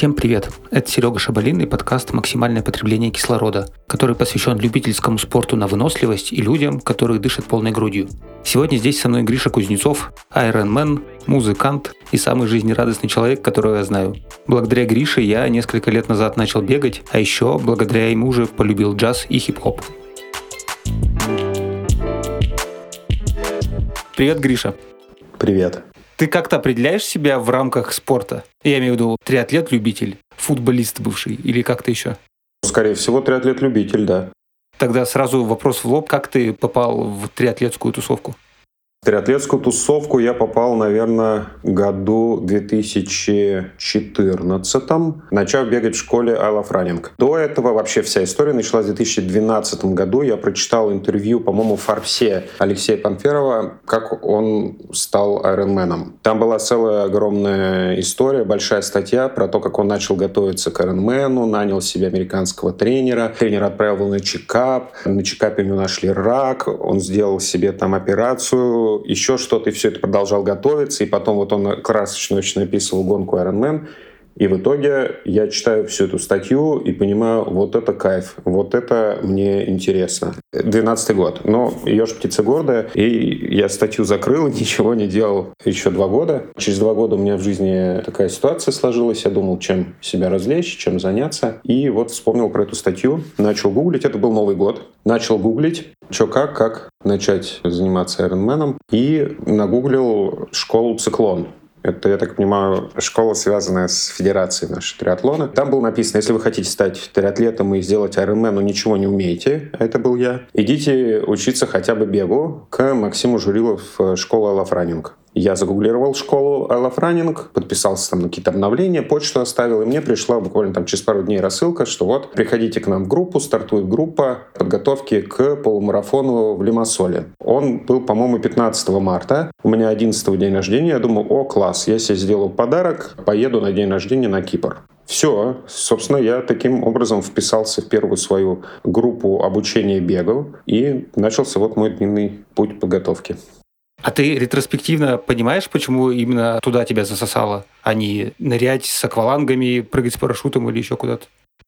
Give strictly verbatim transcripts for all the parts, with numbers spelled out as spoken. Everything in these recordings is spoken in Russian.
Всем привет! Это Серега Шабалин и подкаст «Максимальное потребление кислорода», который посвящен любительскому спорту на выносливость и людям, которые дышат полной грудью. Сегодня здесь со мной Гриша Кузнецов, айронмен, музыкант и самый жизнерадостный человек, которого я знаю. Благодаря Грише я несколько лет назад начал бегать, а еще благодаря ему же полюбил джаз и хип-хоп. Привет, Гриша. Привет. Ты как-то определяешь себя в рамках спорта? Я имею в виду триатлет-любитель, футболист бывший или как-то еще? Скорее всего, триатлет-любитель, да. Тогда сразу вопрос в лоб. Как ты попал в триатлетскую тусовку? В триатлетскую тусовку я попал, наверное, году две тысячи четырнадцатом, начав бегать в школе I Love Running. До этого вообще вся история началась в две тысячи двенадцатом году. Я прочитал интервью, по-моему, в Форбсе Алексея Панферова, как он стал айронменом. Там была целая огромная история, большая статья про то, как он начал готовиться к айронмену, нанял себе американского тренера. Тренер отправил его на чекап. На чекапе у него нашли рак. Он сделал себе там операцию, еще что-то, и все это продолжал готовиться, и потом вот он красочно очень написывал гонку Ironman, и в итоге я читаю всю эту статью и понимаю, вот это кайф, вот это мне интересно. двенадцатый год, но «Ешь, птица гордая», и я статью закрыл, ничего не делал еще два года. Через два года у меня в жизни такая ситуация сложилась, я думал, чем себя развлечь, чем заняться, и вот вспомнил про эту статью, начал гуглить, это был Новый год, начал гуглить, что как, как начать заниматься айронменом, и нагуглил школу «Циклон». Это, я так понимаю, школа, связанная с федерацией нашей триатлона. Там было написано, если вы хотите стать триатлетом и сделать айронмен, но ничего не умеете, это был я, идите учиться хотя бы бегу к Максиму Журилов в школу I Love Running. Я загуглировал школу I Love Running, подписался там на какие-то обновления, почту оставил, и мне пришла буквально там через пару дней рассылка, что вот, приходите к нам в группу, стартует группа подготовки к полумарафону в Лимассоле. Он был, по-моему, пятнадцатого марта. У меня одиннадцатого день рождения. Я думаю, о, класс, я себе сделаю подарок, поеду на день рождения на Кипр. Все, собственно, я таким образом вписался в первую свою группу обучения бегу, и начался вот мой длинный путь подготовки. А ты ретроспективно понимаешь, почему именно туда тебя засосало, а не нырять с аквалангами, прыгать с парашютом или еще куда-то?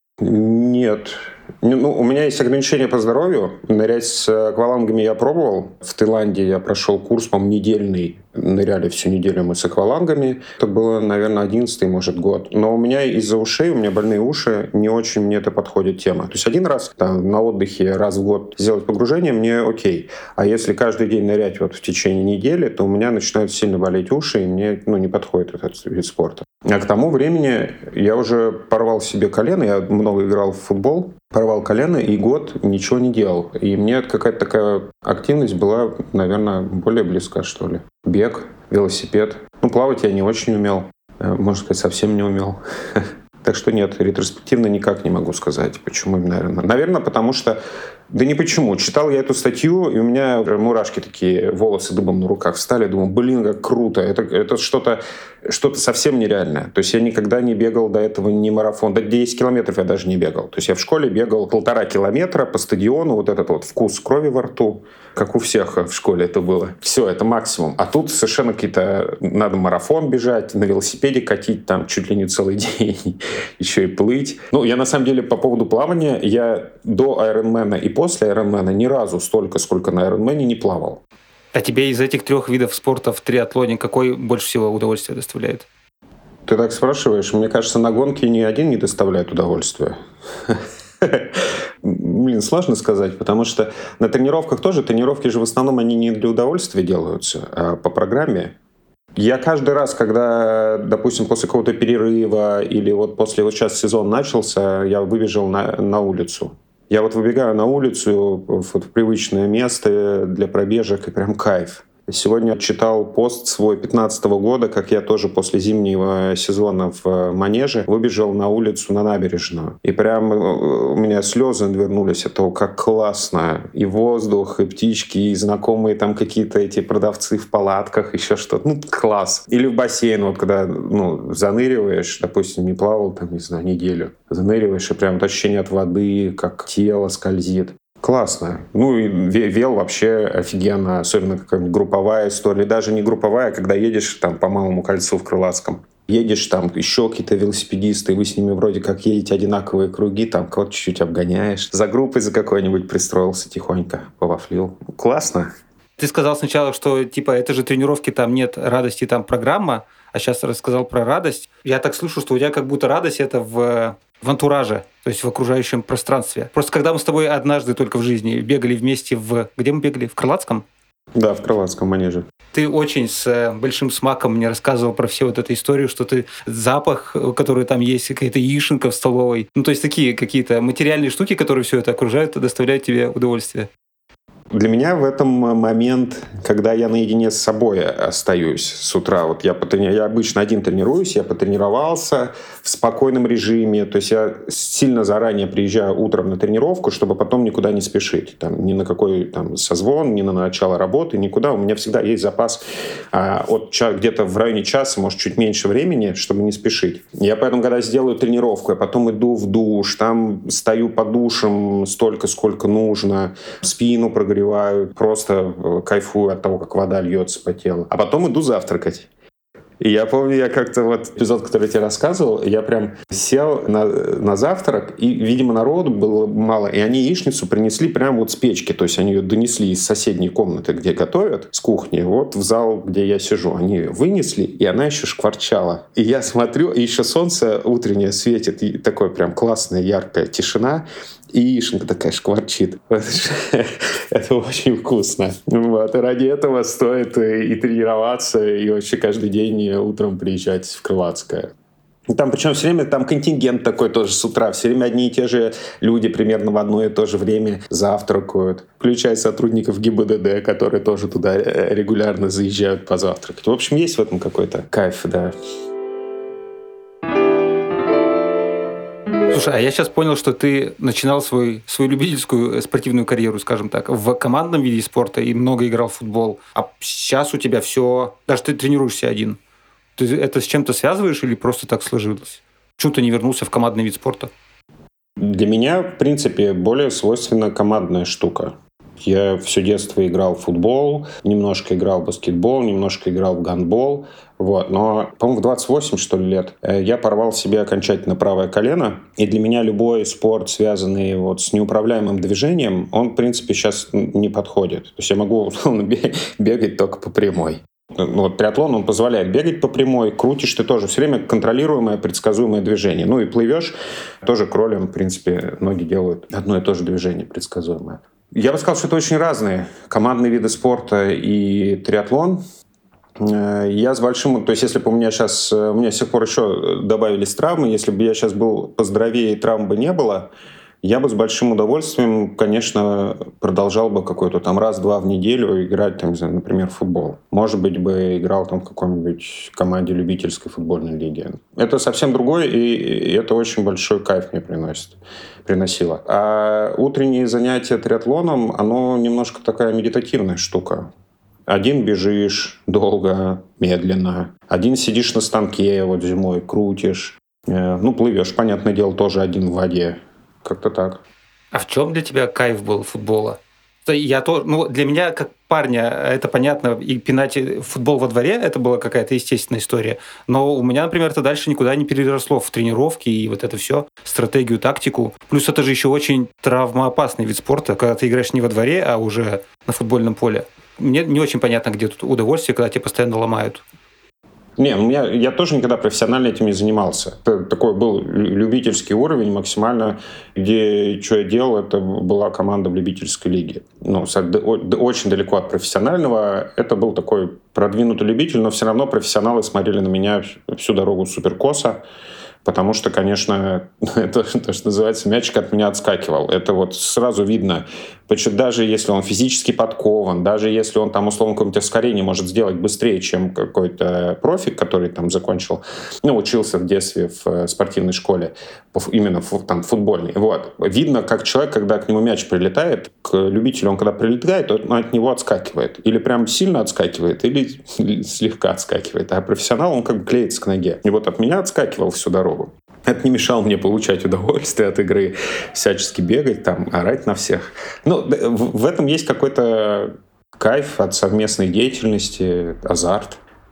Нет. Ну, у меня есть ограничения по здоровью. Нырять с аквалангами я пробовал. В Таиланде я прошел курс, по-моему, недельный. Ныряли всю неделю мы с аквалангами. Это было, наверное, одиннадцатый, может, год. Но у меня из-за ушей, у меня больные уши, не очень мне это подходит тема. То есть один раз там, на отдыхе, раз в год сделать погружение, мне окей. А если каждый день нырять вот в течение недели, то у меня начинают сильно болеть уши, и мне ну, не подходит этот вид спорта. А к тому времени я уже порвал себе колено, я много играл в футбол, порвал колено и год ничего не делал. И мне какая-то такая активность была, наверное, более близка, что ли. Бег, велосипед. Ну, плавать я не очень умел. Можно сказать, совсем не умел. Так что нет, ретроспективно никак не могу сказать, почему именно Ironman. Наверное, потому что... Да не почему. Читал я эту статью, и у меня мурашки такие, волосы дыбом на руках встали. Думаю, блин, как круто. Это, это что-то, что-то совсем нереальное. То есть я никогда не бегал до этого ни марафон. До десять километров я даже не бегал. То есть я в школе бегал полтора километра по стадиону. Вот этот вот вкус крови во рту, как у всех в школе это было. Все, это максимум. А тут совершенно какие-то... Надо марафон бежать, на велосипеде катить там чуть ли не целый день. Еще и плыть. Ну, я на самом деле по поводу плавания, я до айронмена и после айронмена ни разу столько, сколько на айронмене, не плавал. А тебе из этих трех видов спорта в триатлоне какой больше всего удовольствия доставляет? Ты так спрашиваешь? Мне кажется, на гонке ни один не доставляет удовольствия. Блин, сложно сказать, потому что на тренировках тоже, тренировки же в основном они не для удовольствия делаются, а по программе. Я каждый раз, когда, допустим, после какого-то перерыва или вот после, вот сейчас сезон начался, я выбежал на, на улицу. Я вот выбегаю на улицу в, в привычное место для пробежек, и прям кайф. Сегодня читал пост свой пятнадцатого года, как я тоже после зимнего сезона в Манеже выбежал на улицу, на набережную. И прям у меня слезы навернулись от того, как классно. И воздух, и птички, и знакомые там какие-то эти продавцы в палатках, еще что-то. Ну, класс. Или в бассейн, вот когда ну, заныриваешь, допустим, не плавал там, не знаю, неделю. Заныриваешь, и прям ощущение от воды, как тело скользит. Классно. Ну и вел вообще офигенно, особенно какая-нибудь групповая история. Даже не групповая, когда едешь там по Малому кольцу в Крылатском. едешь, там еще какие-то велосипедисты, и вы с ними вроде как едете одинаковые круги, там кого-то чуть-чуть обгоняешь. За группой за какой-нибудь пристроился тихонько, повафлил. Классно. Ты сказал сначала, что типа это же тренировки, там нет радости, там программа, а сейчас рассказал про радость. Я так слышу, что у тебя как будто радость это в, в антураже, то есть в окружающем пространстве. Просто когда мы с тобой однажды только в жизни бегали вместе в... Где мы бегали? В Крылатском? Да, в Крылатском манеже. Ты очень с большим смаком мне рассказывал про всю вот эту историю, что ты запах, который там есть, какая-то яишенка в столовой. Ну, то есть такие какие-то материальные штуки, которые все это окружают, доставляют тебе удовольствие. Для меня в этом момент, когда я наедине с собой остаюсь с утра, вот я, потрени... я обычно один тренируюсь, я потренировался в спокойном режиме, то есть я сильно заранее приезжаю утром на тренировку, чтобы потом никуда не спешить, там, ни на какой там, созвон, ни на начало работы, никуда. У меня всегда есть запас а, от ча... где-то в районе часа, может, чуть меньше времени, чтобы не спешить. Я поэтому, когда сделаю тренировку, я потом иду в душ, там стою под душем столько, сколько нужно, спину прогреваю, просто кайфую от того, как вода льется по телу. А потом иду завтракать. И я помню, я как-то вот эпизод, который я тебе рассказывал, я прям сел на, на завтрак, и, видимо, народу было мало, и они яичницу принесли прямо вот с печки, то есть они ее донесли из соседней комнаты, где готовят, с кухни, вот в зал, где я сижу. Они ее вынесли, и она еще шкварчала. И я смотрю, и еще солнце утреннее светит, и такое прям классная, яркая тишина, и яишенка такая шкварчит. Это очень вкусно. Вот. И ради этого стоит и тренироваться, и вообще каждый день утром приезжать в Крылатское. Там причем все время там контингент такой тоже с утра. Все время одни и те же люди примерно в одно и то же время завтракают. Включая сотрудников ГИБДД, которые тоже туда регулярно заезжают позавтракать. В общем, есть в этом какой-то кайф, да. Слушай, а я сейчас понял, что ты начинал свой, свою любительскую спортивную карьеру, скажем так, в командном виде спорта и много играл в футбол. А сейчас у тебя все... Даже ты тренируешься один. Ты это с чем-то связываешь или просто так сложилось? Почему ты не вернулся в командный вид спорта? Для меня, в принципе, более свойственна командная штука. Я все детство играл в футбол, немножко играл в баскетбол, немножко играл в гандбол. Вот. Но, по-моему, в двадцать восемь, что ли, лет я порвал себе окончательно правое колено. И для меня любой спорт, связанный вот с неуправляемым движением, он, в принципе, сейчас не подходит. То есть я могу условно бегать только по прямой. Вот триатлон, он позволяет бегать по прямой, крутишь ты тоже все время контролируемое, предсказуемое движение. Ну и плывешь, тоже кролем, в принципе, ноги делают одно и то же движение предсказуемое. Я бы сказал, что это очень разные командные виды спорта и триатлон. Я с большим... То есть, если бы у меня сейчас... У меня с сих пор еще добавились травмы. Если бы я сейчас был поздоровее и травм бы не было, я бы с большим удовольствием, конечно, продолжал бы какой-то там раз-два в неделю играть, там, например, в футбол. Может быть, бы играл там в какой-нибудь команде любительской футбольной лиги. Это совсем другое, и это очень большой кайф мне приносит. приносило. А утренние занятия триатлоном, оно немножко такая медитативная штука. Один бежишь долго, медленно. Один сидишь на станке вот зимой, крутишь. Ну, плывешь, понятное дело, тоже один в воде. Как-то так. А в чем для тебя кайф был футбола? Я то, ну, для меня, как парня, это понятно, и пинать футбол во дворе, это была какая-то естественная история. Но у меня, например, это дальше никуда не переросло в тренировки и вот это все, стратегию, тактику. Плюс это же еще очень травмоопасный вид спорта, когда ты играешь не во дворе, а уже на футбольном поле. Мне не очень понятно, где тут удовольствие, когда тебя постоянно ломают. Не, у меня, я тоже никогда профессионально этим не занимался. Это такой был любительский уровень максимально, где что я делал, это была команда в любительской лиге. Ну, очень далеко от профессионального. Это был такой продвинутый любитель, но все равно профессионалы смотрели на меня всю дорогу суперкосо. Потому что, конечно, то, то, что называется, мячик от меня отскакивал. Это вот сразу видно. Причем даже если он физически подкован, даже если он там, условно, какое-нибудь ускорение может сделать быстрее, чем какой-то профик, который там закончил, ну, учился в детстве в спортивной школе, именно там футбольной. Вот. Видно, как человек, когда к нему мяч прилетает, к любителю он когда прилетает, он от него отскакивает. Или прям сильно отскакивает, или слегка отскакивает. А профессионал, он как бы клеится к ноге. И вот от меня отскакивал всю дорогу. Это не мешало мне получать удовольствие от игры, всячески бегать, там, орать на всех. Ну, в этом есть какой-то кайф от совместной деятельности, азарт.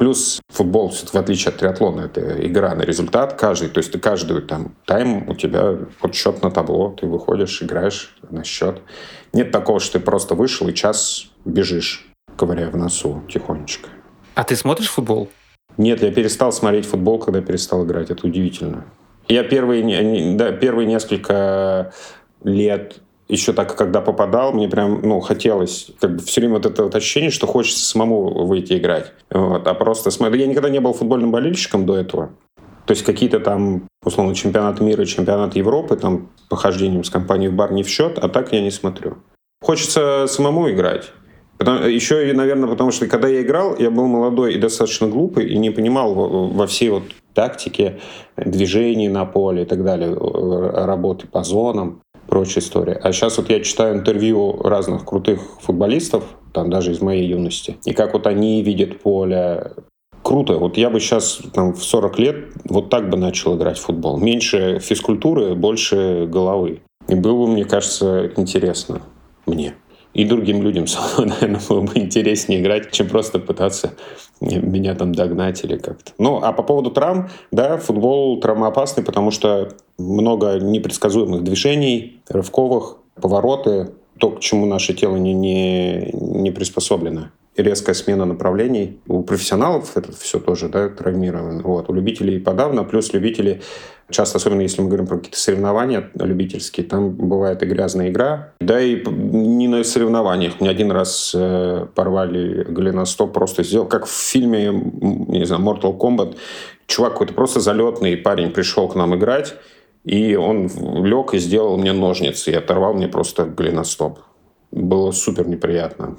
Плюс футбол, в отличие от триатлона, это игра на результат каждый. То есть ты каждую там тайм, у тебя вот счет на табло, ты выходишь, играешь на счет. Нет такого, что ты просто вышел и час бежишь, ковыряя в носу тихонечко. А ты смотришь футбол? Нет, я перестал смотреть футбол, когда перестал играть. Это удивительно. Я первые, да, первые несколько лет еще так, когда попадал, мне прям, ну, хотелось, как бы все время вот это вот ощущение, что хочется самому выйти играть. Вот. А просто смотреть. Я никогда не был футбольным болельщиком до этого. То есть какие-то там, условно, чемпионаты мира, чемпионаты Европы, там, похождением с компанией в бар не в счет, а так я не смотрю. Хочется самому играть. Потому, еще, наверное, потому что когда я играл, я был молодой и достаточно глупый, и не понимал во, во всей вот тактике движений на поле и так далее, работы по зонам. Прочая история. А сейчас вот я читаю интервью разных крутых футболистов, там даже из моей юности, и как вот они видят поле. Круто. Вот я бы сейчас там, в сорок лет вот так бы начал играть в футбол. Меньше физкультуры, больше головы. И было бы, мне кажется, интересно мне. И другим людям, наверное, было бы интереснее играть, чем просто пытаться меня там догнать или как-то. Ну, а по поводу травм, да, футбол травмоопасный, потому что много непредсказуемых движений, рывковых, повороты, то, к чему наше тело не, не, не приспособлено. И резкая смена направлений. У профессионалов это все тоже, да, травмировано. Вот. У любителей подавно, плюс любители, часто, особенно если мы говорим про какие-то соревнования любительские, там бывает и грязная игра. Да и не на соревнованиях. Мне один раз э, порвали голеностоп, просто сделал, как в фильме, не знаю, Mortal Kombat. Чувак какой-то просто залетный парень пришел к нам играть, и он лег и сделал мне ножницы, и оторвал мне просто голеностоп. Было супер неприятно.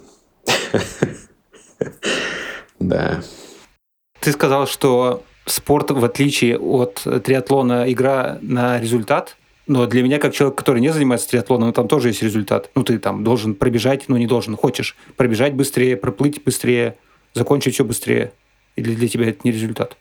Да. Ты сказал, что спорт, в отличие от триатлона, игра на результат. Но для меня, как человек, который не занимается триатлоном, там тоже есть результат. Ну, ты там должен пробежать, ну, не должен, хочешь пробежать быстрее, проплыть быстрее, закончить все быстрее. Или для тебя это не результат?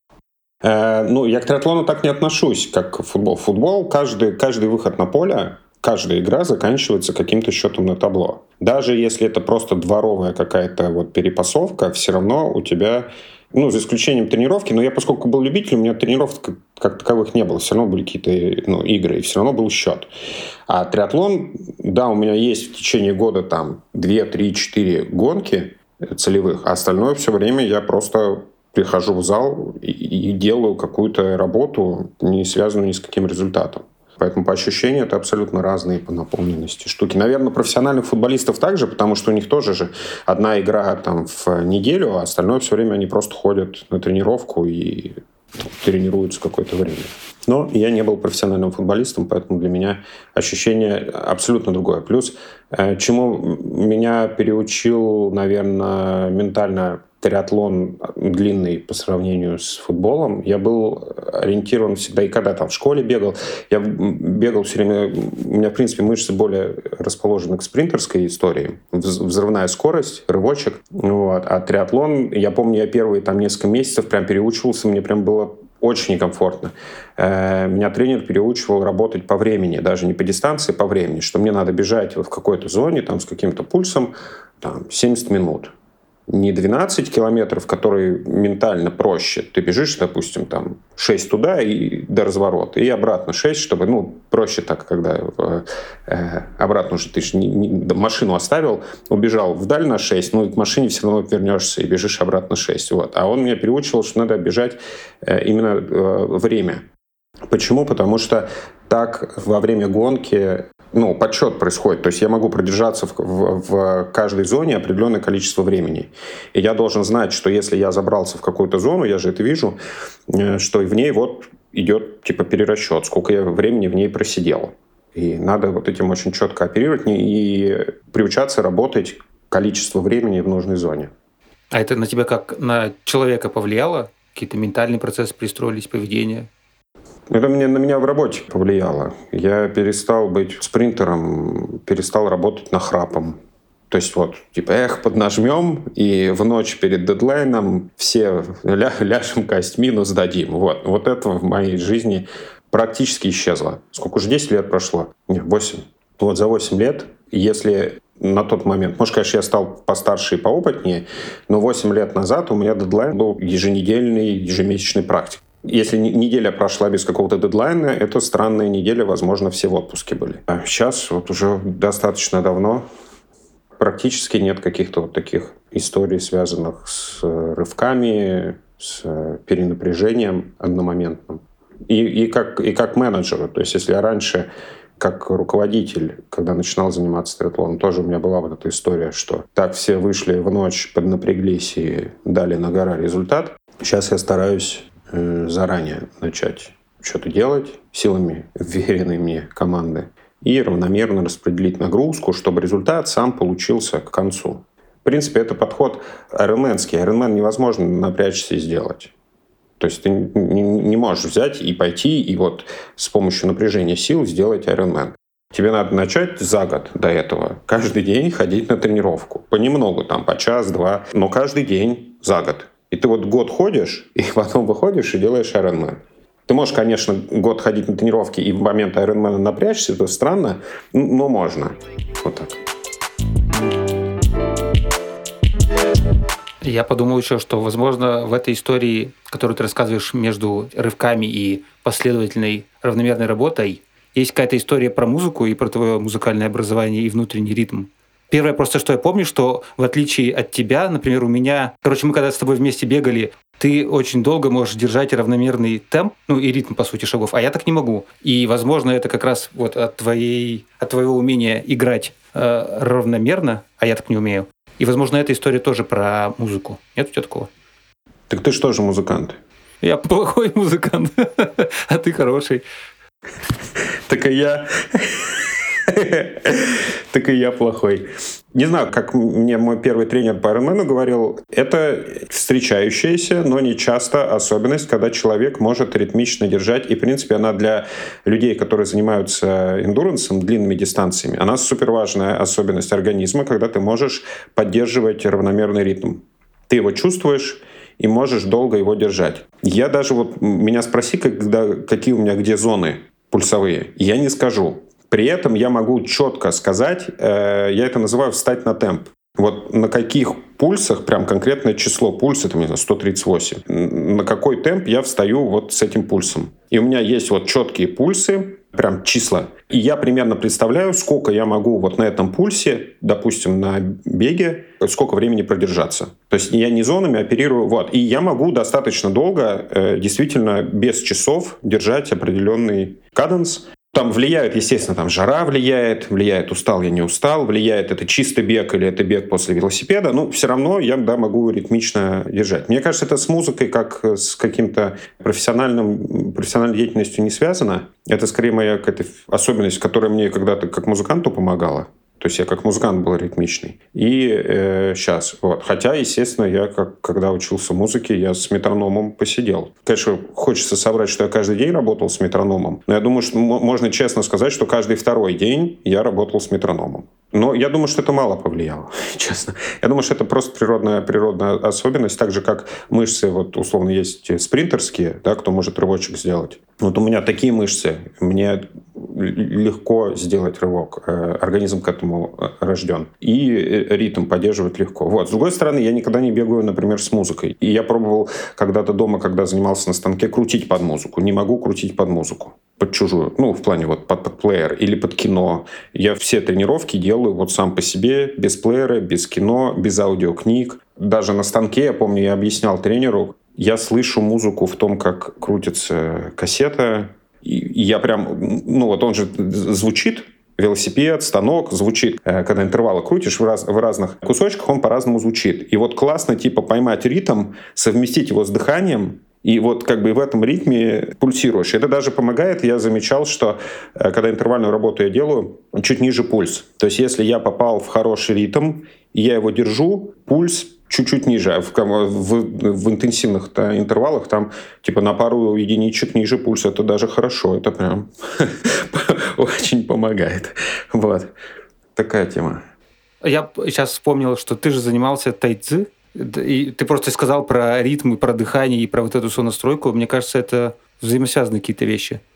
Э, ну, я к триатлону так не отношусь, как футбол. Футбол, каждый, каждый выход на поле, каждая игра заканчивается каким-то счетом на табло. Даже если это просто дворовая какая-то вот перепасовка, все равно у тебя, ну, за исключением тренировки, но я, поскольку был любителем, у меня тренировок как, как таковых не было. Все равно были какие-то, ну, игры, и все равно был счет. А триатлон, да, у меня есть в течение года там две, три, четыре гонки целевых, а остальное все время я просто прихожу в зал и, и делаю какую-то работу, не связанную ни с каким результатом. Поэтому по ощущению это абсолютно разные по наполненности штуки. Наверное, профессиональных футболистов также, потому что у них тоже же одна игра там в неделю, а остальное все время они просто ходят на тренировку и там, тренируются какое-то время. Но я не был профессиональным футболистом, поэтому для меня ощущение абсолютно другое. Плюс, чему меня переучил, наверное, ментально триатлон длинный по сравнению с футболом. Я был ориентирован всегда, и когда там в школе бегал, я бегал все время, у меня, в принципе, мышцы более расположены к спринтерской истории, взрывная скорость, рывочек. Вот. А триатлон, я помню, я первые там несколько месяцев прям переучивался, мне прям было очень некомфортно. Меня тренер переучивал работать по времени, даже не по дистанции, по времени, что мне надо бежать вот в какой-то зоне там, с каким-то пульсом там, семьдесят минут. Не двенадцать километров, которые ментально проще. Ты бежишь, допустим, там шесть туда и до разворота, и обратно шесть, чтобы, ну, проще так, когда э, обратно уже ты же не, не, машину оставил, убежал вдаль на шесть, ну, к машине все равно вернешься и бежишь обратно шесть. Вот. А он меня переучивал, что надо бежать э, именно э, время. Почему? Потому что так во время гонки, ну, подсчет происходит. То есть я могу продержаться в, в, в каждой зоне определенное количество времени. И я должен знать, что если я забрался в какую-то зону, я же это вижу, что в ней вот идет типа перерасчет, сколько я времени в ней просидел. И надо вот этим очень четко оперировать и приучаться работать количество времени в нужной зоне. А это на тебя как на человека повлияло? Какие-то ментальные процессы пристроились, поведение? Это мне, на меня в работе повлияло. Я перестал быть спринтером, перестал работать нахрапом. То есть вот, типа, эх, поднажмем, и в ночь перед дедлайном все ля, ляжем костьми, но сдадим. Вот. Вот это в моей жизни практически исчезло. Сколько уже, десять лет прошло? Нет, восемь. Вот за восемь лет, если на тот момент. Может, конечно, я стал постарше и поопытнее, но восемь лет назад у меня дедлайн был еженедельный, ежемесячный практик. Если неделя прошла без какого-то дедлайна, это странная неделя, возможно, все в отпуске были. А сейчас вот уже достаточно давно практически нет каких-то вот таких историй, связанных с рывками, с перенапряжением одномоментным. И, и, как, и как менеджеру. То есть если я раньше, как руководитель, когда начинал заниматься триатлоном, тоже у меня была вот эта история, что так все вышли в ночь, поднапряглись и дали на гора результат. Сейчас я стараюсь э, заранее начать что-то делать силами вверенной мне команды и равномерно распределить нагрузку, чтобы результат сам получился к концу. В принципе, это подход айронменский. Айронмен невозможно напрячься и сделать. То есть ты не можешь взять и пойти и вот с помощью напряжения сил сделать Ironman. Тебе надо начать за год до этого каждый день ходить на тренировку. Понемногу, там, по час-два, но каждый день за год. И ты вот год ходишь, и потом выходишь и делаешь Ironman. Ты можешь, конечно, год ходить на тренировки и в момент Ironman напрячься, это странно, но можно. Вот так. Я подумал еще, что, возможно, в этой истории, которую ты рассказываешь между рывками и последовательной равномерной работой, есть какая-то история про музыку и про твое музыкальное образование и внутренний ритм. Первое просто, что я помню, что в отличие от тебя, например, у меня... Короче, мы когда с тобой вместе бегали, ты очень долго можешь держать равномерный темп, ну и ритм, по сути, шагов, а я так не могу. И, возможно, это как раз вот от, твоей, от твоего умения играть э, равномерно, а я так не умею. И, возможно, эта история тоже про музыку. Нет у тебя такого? Так ты же тоже музыкант. Я плохой музыкант, а ты хороший. Так и я... Так и я плохой. Не знаю, как мне мой первый тренер по Ironman говорил, это встречающаяся, но не часто особенность, когда человек может ритмично держать. И, в принципе, она для людей, которые занимаются эндурансом, длинными дистанциями, она суперважная особенность организма, когда ты можешь поддерживать равномерный ритм. Ты его чувствуешь и можешь долго его держать. Я даже вот... Меня спроси, когда, какие у меня где зоны пульсовые. Я не скажу. При этом я могу четко сказать, э, я это называю «встать на темп». Вот на каких пульсах, прям конкретное число пульса, это, не знаю, сто тридцать восемь, на какой темп я встаю вот с этим пульсом. И у меня есть вот четкие пульсы, прям числа. И я примерно представляю, сколько я могу вот на этом пульсе, допустим, на беге, сколько времени продержаться. То есть я не зонами оперирую. Вот. И я могу достаточно долго, э, действительно, без часов держать определенный каденс. Там влияют, естественно, там жара влияет, влияет, устал я, не устал, влияет, это чистый бег или это бег после велосипеда, но все равно я, да, могу ритмично держать. Мне кажется, это с музыкой как с каким-то профессиональным, профессиональной деятельностью не связано. Это скорее моя какая-то особенность, которая мне когда-то как музыканту помогала. То есть я как музыкант был ритмичный. И э, сейчас. Вот. Хотя, естественно, я, как, когда учился музыке, я с метрономом посидел. Конечно, хочется соврать, что я каждый день работал с метрономом. Но я думаю, что можно честно сказать, что каждый второй день я работал с метрономом. Но я думаю, что это мало повлияло, честно. Я думаю, что это просто природная, природная особенность. Так же, как мышцы, вот условно, есть спринтерские, да, кто может рывочек сделать. Вот у меня такие мышцы. Мне легко сделать рывок. Организм к этому рожден. И ритм поддерживать легко. Вот. С другой стороны, я никогда не бегаю, например, с музыкой. И я пробовал когда-то дома, когда занимался на станке, крутить под музыку. Не могу крутить под музыку. Под чужую. Ну, в плане вот под, под плеер или под кино. Я все тренировки делаю вот сам по себе, без плеера, без кино, без аудиокниг. Даже на станке, я помню, я объяснял тренеру, я слышу музыку в том, как крутится кассета. И я прям, ну вот он же звучит, велосипед, станок звучит. Когда интервалы крутишь в, раз, в разных кусочках, он по-разному звучит. И вот классно типа поймать ритм, совместить его с дыханием, и вот как бы в этом ритме пульсируешь. Это даже помогает. Я замечал, что когда интервальную работу я делаю, чуть ниже пульс. То есть если я попал в хороший ритм, и я его держу, пульс чуть-чуть ниже. А в, в, в интенсивных интервалах там типа на пару единичек ниже пульс. Это даже хорошо. Это прям очень помогает. Вот. Такая тема. Я сейчас вспомнил, что ты же занимался тайцзи. И ты просто сказал про ритм, и про дыхание, и про вот эту сонастройку. Мне кажется, это взаимосвязанные какие-то вещи.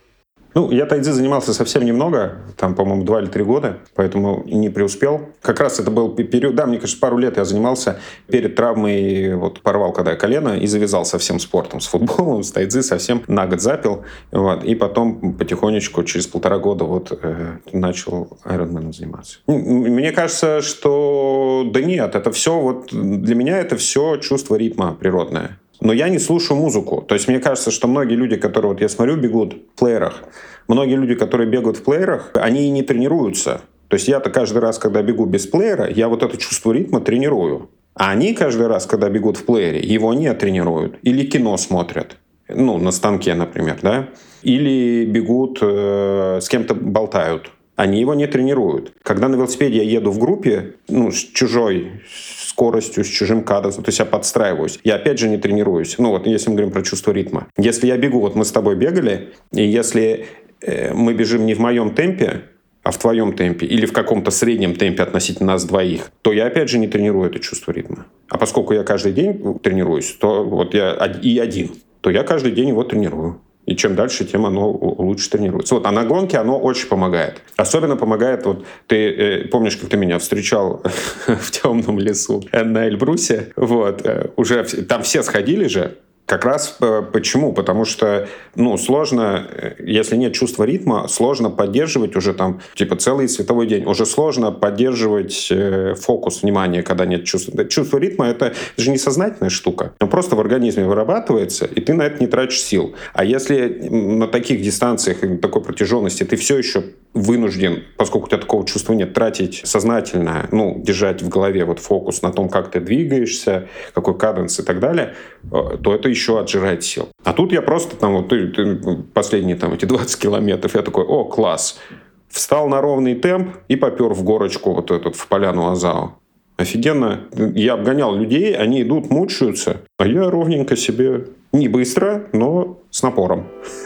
Ну, я тайцзи занимался совсем немного, там, по-моему, два или три года, поэтому не преуспел. Как раз это был период, да, мне кажется, пару лет я занимался перед травмой, вот порвал когда я колено и завязал со всем спортом, с футболом, с тайцзи совсем на год запил, вот, и потом потихонечку через полтора года вот э, начал Ironman заниматься. Мне кажется, что да нет, это все вот для меня это все чувство ритма природное. Но я не слушаю музыку. То есть мне кажется, что многие люди, которые, вот я смотрю, бегут в плеерах, многие люди, которые бегают в плеерах, они и не тренируются. То есть я-то каждый раз, когда бегу без плеера, я вот это чувство ритма тренирую. А они каждый раз, когда бегут в плеере, его не тренируют. Или кино смотрят. Ну, на станке, например, да? Или бегут, э, с кем-то болтают. Они его не тренируют. Когда на велосипеде я еду в группе, ну, с чужой скоростью, с чужим кадансом, то есть я подстраиваюсь. Я опять же не тренируюсь. Ну вот если мы говорим про чувство ритма. Если я бегу, вот мы с тобой бегали, и если э, мы бежим не в моем темпе, а в твоем темпе, или в каком-то среднем темпе относительно нас двоих, то я опять же не тренирую это чувство ритма. А поскольку я каждый день тренируюсь, то вот я и один, то я каждый день его тренирую. И чем дальше, тем оно лучше тренируется. Вот, а на гонке оно очень помогает. Особенно помогает, вот ты э, помнишь, как ты меня встречал в темном лесу на Эльбрусе? Вот, э, уже там все сходили же. Как раз э, почему? Потому что, ну, сложно, если нет чувства ритма, сложно поддерживать уже там, типа, целый световой день. Уже сложно поддерживать э, фокус внимания, когда нет чувства. Чувство ритма — это, это же не сознательная штука. Он просто в организме вырабатывается, и ты на это не тратишь сил. А если на таких дистанциях и на такой протяженности ты все еще вынужден, поскольку у тебя такого чувства нет, тратить сознательно, ну, держать в голове вот фокус на том, как ты двигаешься, какой каденс и так далее, то это еще отжирает сил. А тут я просто там вот ты, ты, последние там эти двадцать километров, я такой: о, класс. Встал на ровный темп и попер в горочку вот этот, в поляну Азао. Офигенно. Я обгонял людей, они идут, мучаются, а я ровненько себе, не быстро, но с напором.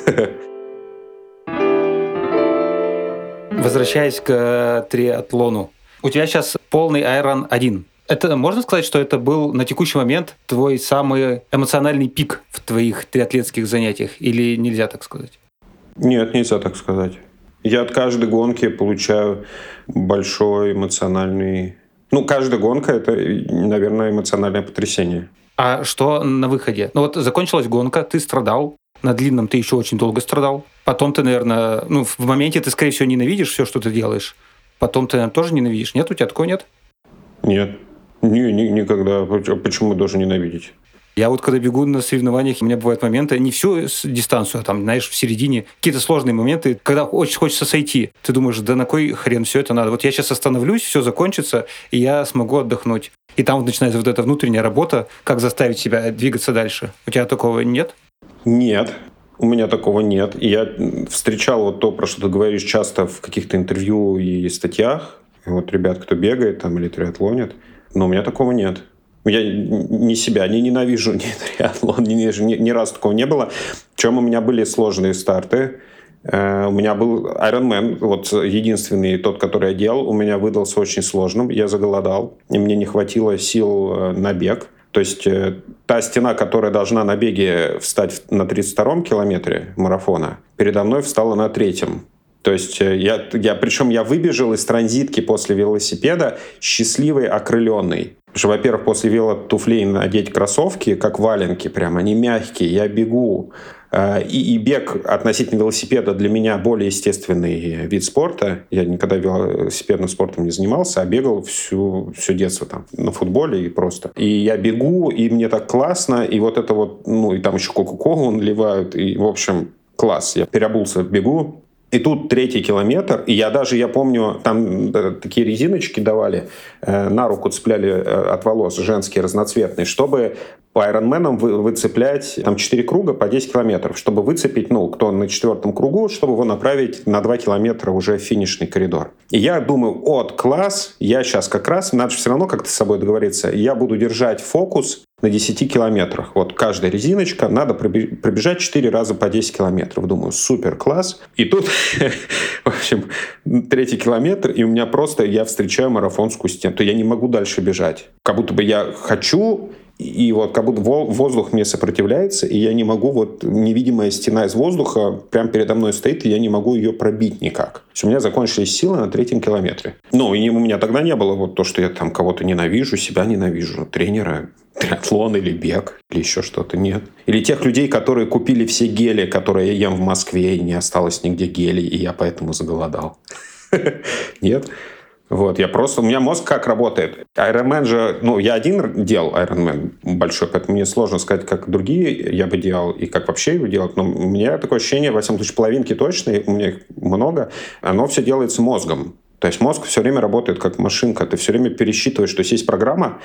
Возвращаясь к триатлону. У тебя сейчас полный Iron один. Это можно сказать, что это был на текущий момент твой самый эмоциональный пик в твоих триатлетских занятиях? Или нельзя так сказать? Нет, нельзя так сказать. Я от каждой гонки получаю большой эмоциональный... Ну, каждая гонка — это, наверное, эмоциональное потрясение. А что на выходе? Ну вот закончилась гонка, ты страдал. На длинном ты еще очень долго страдал. Потом ты, наверное... Ну, в моменте ты, скорее всего, ненавидишь все, что ты делаешь. Потом ты, наверное, тоже ненавидишь. Нет? У тебя такого нет? Нет. Не, не, никогда. Почему должен ненавидеть? Я вот когда бегу на соревнованиях, у меня бывают моменты, не всю дистанцию, а там, знаешь, в середине, какие-то сложные моменты, когда очень хочется сойти. Ты думаешь, да на кой хрен все это надо? Вот я сейчас остановлюсь, все закончится, и я смогу отдохнуть. И там вот начинается вот эта внутренняя работа, как заставить себя двигаться дальше. У тебя такого нет? Нет. У меня такого нет. И я встречал вот то, про что ты говоришь часто в каких-то интервью и статьях. Вот ребят, кто бегает там или триатлонит. Но у меня такого нет. Я ни себя не ненавижу, ни триатлон, ни, ни, ни разу такого не было. Причем у меня были сложные старты. Uh, у меня был Ironman, вот единственный тот, который я делал, у меня выдался очень сложным. Я заголодал, и мне не хватило сил на бег. То есть та стена, которая должна на беге встать на тридцать втором километре марафона, передо мной встала на третьем. То есть я, я, причем я выбежал из транзитки после велосипеда счастливый, окрыленный. Потому что, во-первых, после велотуфлей надеть кроссовки, как валенки прям, они мягкие, я бегу. И, и бег относительно велосипеда для меня более естественный вид спорта. Я никогда велосипедным спортом не занимался, а бегал всю, все детство там на футболе и просто. И я бегу, и мне так классно, и вот это вот, ну и там еще кока-колу наливают, и в общем класс. Я переобулся в бегу. И тут третий километр, и я даже, я помню, там такие резиночки давали, э, на руку цепляли э, от волос, женские, разноцветные, чтобы по айронменам вы, выцеплять там четыре круга по десять километров, чтобы выцепить, ну, кто на четвертом кругу, чтобы его направить на два километра уже в финишный коридор. И я думаю, вот, класс, я сейчас как раз, надо же все равно как-то с собой договориться, я буду держать фокус на десяти километрах. Вот каждая резиночка, надо пробежать четыре раза по десять километров. Думаю, супер, класс. И тут, в общем, третий километр, и у меня просто, я встречаю марафонскую стену. То я не могу дальше бежать. Как будто бы я хочу, и вот как будто воздух мне сопротивляется, и я не могу, вот невидимая стена из воздуха прямо передо мной стоит, и я не могу ее пробить никак. То есть у меня закончились силы на третьем километре. Ну, и у меня тогда не было вот то, что я там кого-то ненавижу, себя ненавижу, тренера, триатлон или бег, или еще что-то, нет. Или тех людей, которые купили все гели, которые я ем в Москве, и не осталось нигде гелей, и я поэтому заголодал. Нет. Вот, я просто... У меня мозг как работает? Ironman же... Ну, я один делал Ironman большой, поэтому мне сложно сказать, как другие я бы делал и как вообще его делать. Но у меня такое ощущение, во всяком случае, половинки точно, у меня их много, оно все делается мозгом. То есть мозг все время работает как машинка. Ты все время пересчитываешь, то есть есть программа,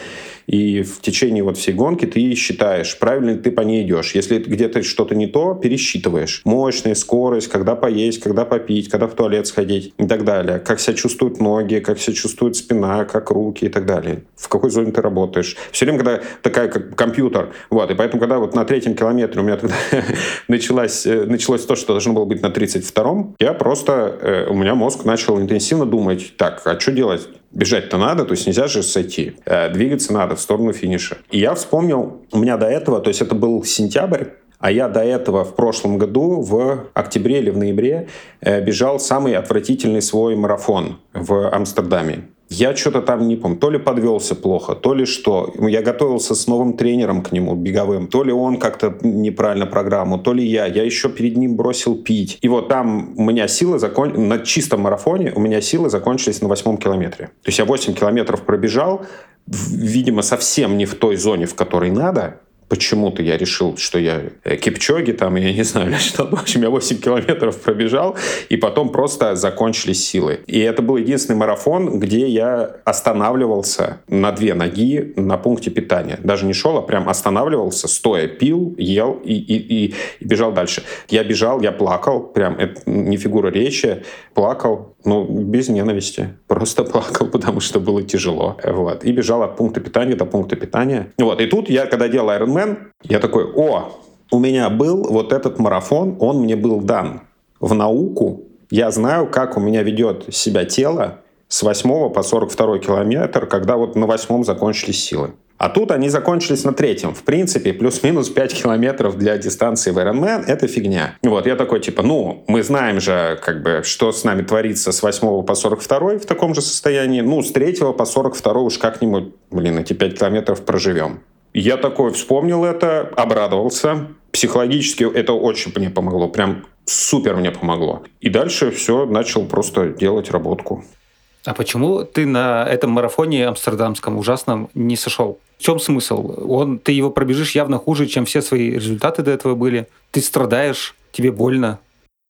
и в течение вот всей гонки ты считаешь, правильно ли ты по ней идешь. Если где-то что-то не то, пересчитываешь. Мощность, скорость, когда поесть, когда попить, когда в туалет сходить и так далее. Как себя чувствуют ноги, как себя чувствует спина, как руки и так далее. В какой зоне ты работаешь. Все время, когда такая, как компьютер. Вот. И поэтому, когда вот на третьем километре у меня тогда началось, началось то, что должно было быть на тридцать втором, я просто, у меня мозг начал интенсивно думать, так, а что делать? Бежать-то надо, то есть нельзя же сойти. Двигаться надо в сторону финиша. И я вспомнил, у меня до этого, то есть это был сентябрь, а я до этого в прошлом году, в октябре или в ноябре, бежал самый отвратительный свой марафон в Амстердаме. Я что-то там не помню, то ли подвелся плохо, то ли что. Я готовился с новым тренером к нему, беговым. То ли он как-то неправильно программу, то ли я. Я еще перед ним бросил пить. И вот там у меня силы закончились, на чистом марафоне у меня силы закончились на восьмом километре. То есть я восемь километров пробежал, видимо, совсем не в той зоне, в которой надо. Почему-то я решил, что я Кипчоги там, я не знаю, что. В общем, я восемь километров пробежал, и потом просто закончились силы. И это был единственный марафон, где я останавливался на две ноги на пункте питания. Даже не шел, а прям останавливался, стоя, пил, ел и, и, и, и бежал дальше. Я бежал, я плакал, прям, это не фигура речи, плакал, ну, без ненависти. Просто плакал, потому что было тяжело. Вот. И бежал от пункта питания до пункта питания. Вот. И тут я, когда делал Ironman, я такой, о, у меня был вот этот марафон, он мне был дан в науку. Я знаю, как у меня ведет себя тело с восьмого по сорок второй километр, когда вот на восьмом закончились силы. А тут они закончились на третьем. В принципе, плюс-минус пять километров для дистанции в Ironman — это фигня. Вот, я такой, типа, ну, мы знаем же, как бы, что с нами творится с восьмого по сорок второй в таком же состоянии. Ну, с третьего по сорок второй уж как-нибудь, блин, эти пять километров проживем. Я такой вспомнил это, обрадовался. Психологически это очень мне помогло. Прям супер мне помогло. И дальше все, начал просто делать работку. А почему ты на этом марафоне амстердамском ужасном не сошел? В чем смысл? Он, ты его пробежишь явно хуже, чем все свои результаты до этого были. Ты страдаешь, тебе больно.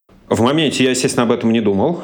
В моменте я, естественно, об этом не думал.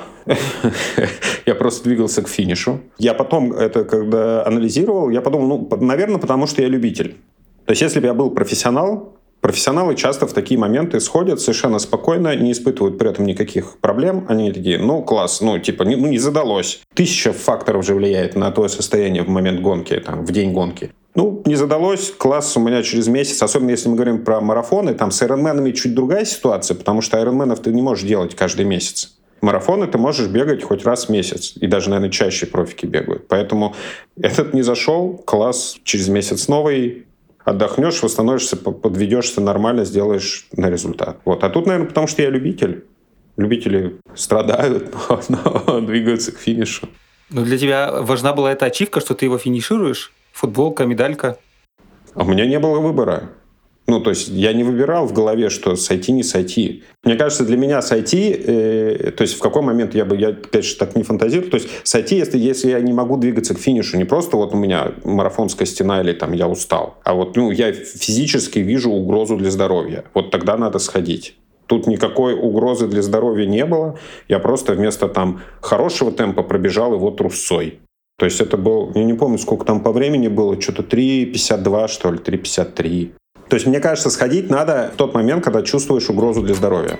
Я просто двигался к финишу. Я потом это, когда анализировал, я подумал, ну, наверное, потому что я любитель. То есть, если бы я был профессионал, профессионалы часто в такие моменты сходят совершенно спокойно, не испытывают при этом никаких проблем. Они такие, ну, класс, ну, типа, не, ну, не задалось. Тысяча факторов же влияет на твое состояние в момент гонки, там, в день гонки. Ну, не задалось, класс у меня через месяц, особенно если мы говорим про марафоны, там с айронменами чуть другая ситуация, потому что айронменов ты не можешь делать каждый месяц. Марафоны ты можешь бегать хоть раз в месяц, и даже, наверное, чаще профики бегают. Поэтому этот не зашел, класс, через месяц новый, отдохнешь, восстановишься, подведешься нормально, сделаешь на результат. Вот. А тут, наверное, потому что я любитель. Любители страдают, но, но двигаются к финишу. Но для тебя важна была эта ачивка, что ты его финишируешь? Футболка, медалька? А у меня не было выбора. Ну, то есть я не выбирал в голове, что сойти, не сойти. Мне кажется, для меня сойти, э, то есть в какой момент я бы, я, конечно, так не фантазирую, то есть сойти, если, если я не могу двигаться к финишу, не просто вот у меня марафонская стена или там я устал, а вот ну, я физически вижу угрозу для здоровья. Вот тогда надо сходить. Тут никакой угрозы для здоровья не было. Я просто вместо там хорошего темпа пробежал его трусцой. То есть это был, я не помню, сколько там по времени было, что-то три пятьдесят два, что ли, три пятьдесят три. То есть, мне кажется, сходить надо в тот момент, когда чувствуешь угрозу для здоровья.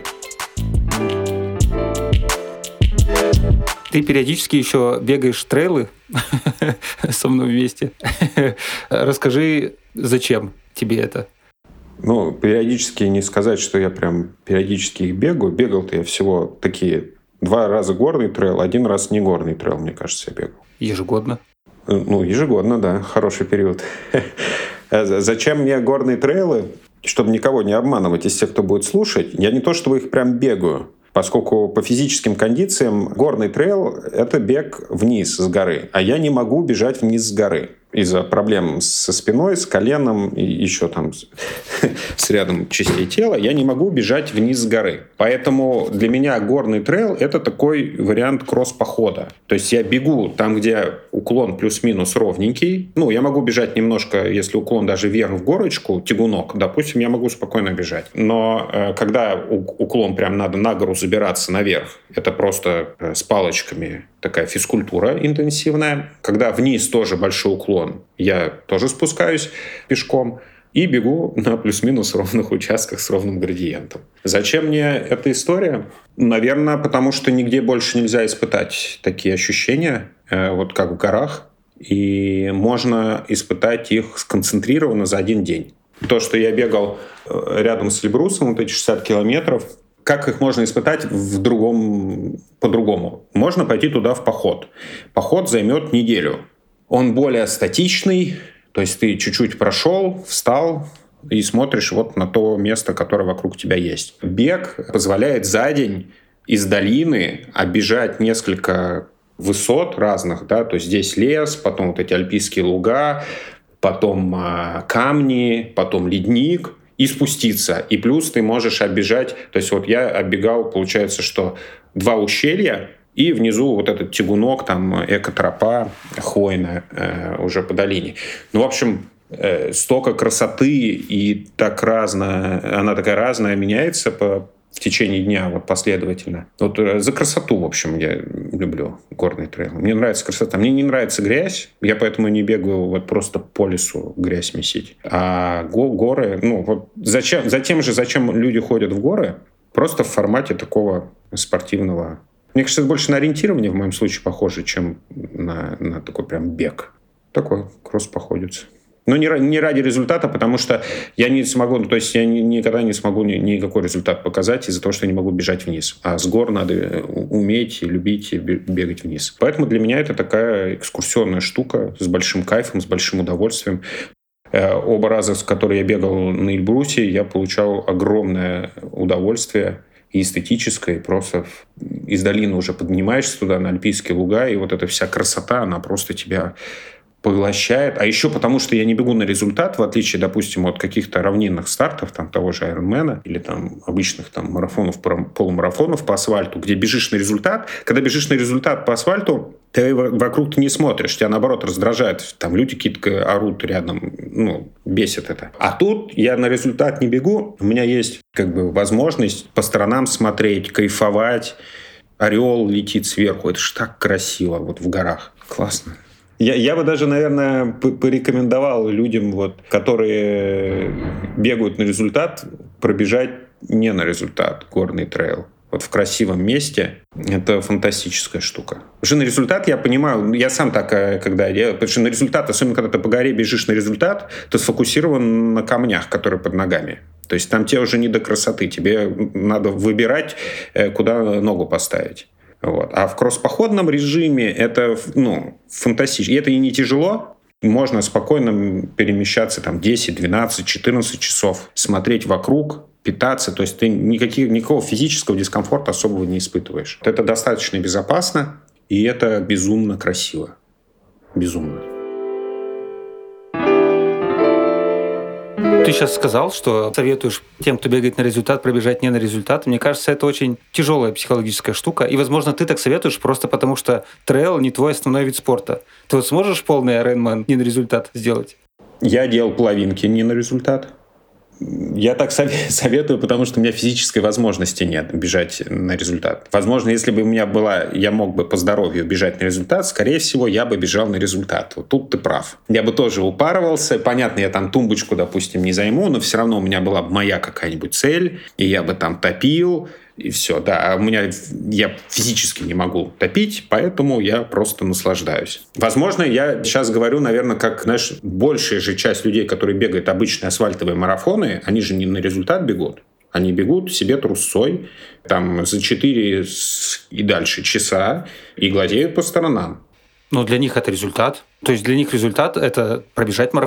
Ты периодически еще бегаешь трейлы со мной вместе. Расскажи, зачем тебе это? Ну, периодически не сказать, что я прям периодически их бегаю. Бегал-то я всего такие два раза горный трейл, один раз не горный трейл, мне кажется, я бегал. Ежегодно? Ну, ежегодно, да. Хороший период. Зачем мне горные трейлы? Чтобы никого не обманывать из тех, кто будет слушать, я не то чтобы их прям бегаю, поскольку по физическим кондициям горный трейл — это бег вниз с горы, а я не могу бежать вниз с горы из-за проблем со спиной, с коленом и еще там с рядом частей тела. Я не могу бежать вниз с горы. Поэтому для меня горный трейл — это такой вариант кросс-похода. То есть я бегу там, где уклон плюс-минус ровненький. Ну, я могу бежать немножко, если уклон даже вверх в горочку, тягунок, допустим, я могу спокойно бежать. Но э, когда уклон прям надо на гору забираться наверх, это просто э, с палочками такая физкультура интенсивная. Когда вниз тоже большой уклон, я тоже спускаюсь пешком и бегу на плюс-минус ровных участках с ровным градиентом. Зачем мне эта история? Наверное, потому что нигде больше нельзя испытать такие ощущения, э, вот как в горах, и можно испытать их сконцентрированно за один день. То, что я бегал рядом с Эльбрусом, вот эти шестьдесят километров, как их можно испытать в другом, по-другому? Можно пойти туда в поход. Поход займет неделю. Он более статичный, то есть ты чуть-чуть прошел, встал и смотришь вот на то место, которое вокруг тебя есть. Бег позволяет за день из долины оббежать несколько высот разных, да, то есть здесь лес, потом вот эти альпийские луга, потом э, камни, потом ледник, и спуститься. И плюс ты можешь оббежать, то есть вот я оббегал, получается, что два ущелья, и внизу вот этот тягунок, там экотропа хвойная э, уже по долине. Ну, в общем, э, столько красоты, и так разная, она такая разная, меняется по, в течение дня вот последовательно. Вот э, за красоту, в общем, я люблю горный трейл. Мне нравится красота. Мне не нравится грязь, я поэтому не бегаю вот просто по лесу грязь месить. А го- горы, ну вот зачем, затем же, зачем люди ходят в горы? Просто в формате такого спортивного. Мне кажется, это больше на ориентирование в моем случае похоже, чем на, на такой прям бег. Такой кросс-походец. Но не, не ради результата, потому что я не смогу, то есть я ни, никогда не смогу ни, никакой результат показать из-за того, что я не могу бежать вниз. А с гор надо уметь, любить и бегать вниз. Поэтому для меня это такая экскурсионная штука с большим кайфом, с большим удовольствием. Оба раза, с которыми я бегал на Эльбрусе, я получал огромное удовольствие и эстетическое, и просто из долины уже поднимаешься туда, на альпийские луга, и вот эта вся красота, она просто тебя поглощает. А еще потому, что я не бегу на результат, в отличие, допустим, от каких-то равнинных стартов, там, того же Ironman или там обычных там, марафонов, полумарафонов по асфальту, где бежишь на результат. Когда бежишь на результат по асфальту, ты вокруг ты не смотришь, тебя, наоборот, раздражает. Там люди какие-то орут рядом, ну, бесит это. А тут я на результат не бегу, у меня есть как бы возможность по сторонам смотреть, кайфовать. Орел летит сверху, это ж так красиво вот в горах. Классно. Я, я бы даже, наверное, порекомендовал людям, вот, которые бегают на результат, пробежать не на результат горный трейл. Вот в красивом месте. Это фантастическая штука. Потому что на результат, я понимаю, я сам так, когда я... Потому что на результат, особенно когда ты по горе бежишь на результат, ты сфокусирован на камнях, которые под ногами. То есть там тебе уже не до красоты. Тебе надо выбирать, куда ногу поставить. Вот. А в кросс-походном режиме это, ну, фантастично. И это и не тяжело. Можно спокойно перемещаться там десять, двенадцать, четырнадцать часов, смотреть вокруг, питаться. То есть ты никаких, никакого физического дискомфорта особого не испытываешь. Это достаточно безопасно, и это безумно красиво. Безумно. Ты сейчас сказал, что советуешь тем, кто бегает на результат, пробежать не на результат. Мне кажется, это очень тяжелая психологическая штука. И, возможно, ты так советуешь просто потому, что трейл не твой основной вид спорта. Ты вот сможешь полный Ironman не на результат сделать? Я делал половинки не на результат. Я так советую, потому что у меня физической возможности нет бежать на результат. Возможно, если бы у меня была, я мог бы по здоровью бежать на результат, скорее всего, я бы бежал на результат. Вот тут ты прав. Я бы тоже упарывался. Понятно, я там тумбочку, допустим, не займу, но все равно у меня была бы моя какая-нибудь цель, и я бы там топил, и все. Да, а у меня я физически не могу топить, поэтому я просто наслаждаюсь. Возможно, я сейчас говорю, наверное, как, знаешь, большая же часть людей, которые бегают обычные асфальтовые марафоны, они же не на результат бегут. Они бегут себе трусцой там за четыре и дальше часа и глазеют по сторонам. Но для них это результат. То есть для них результат — это пробежать марафон.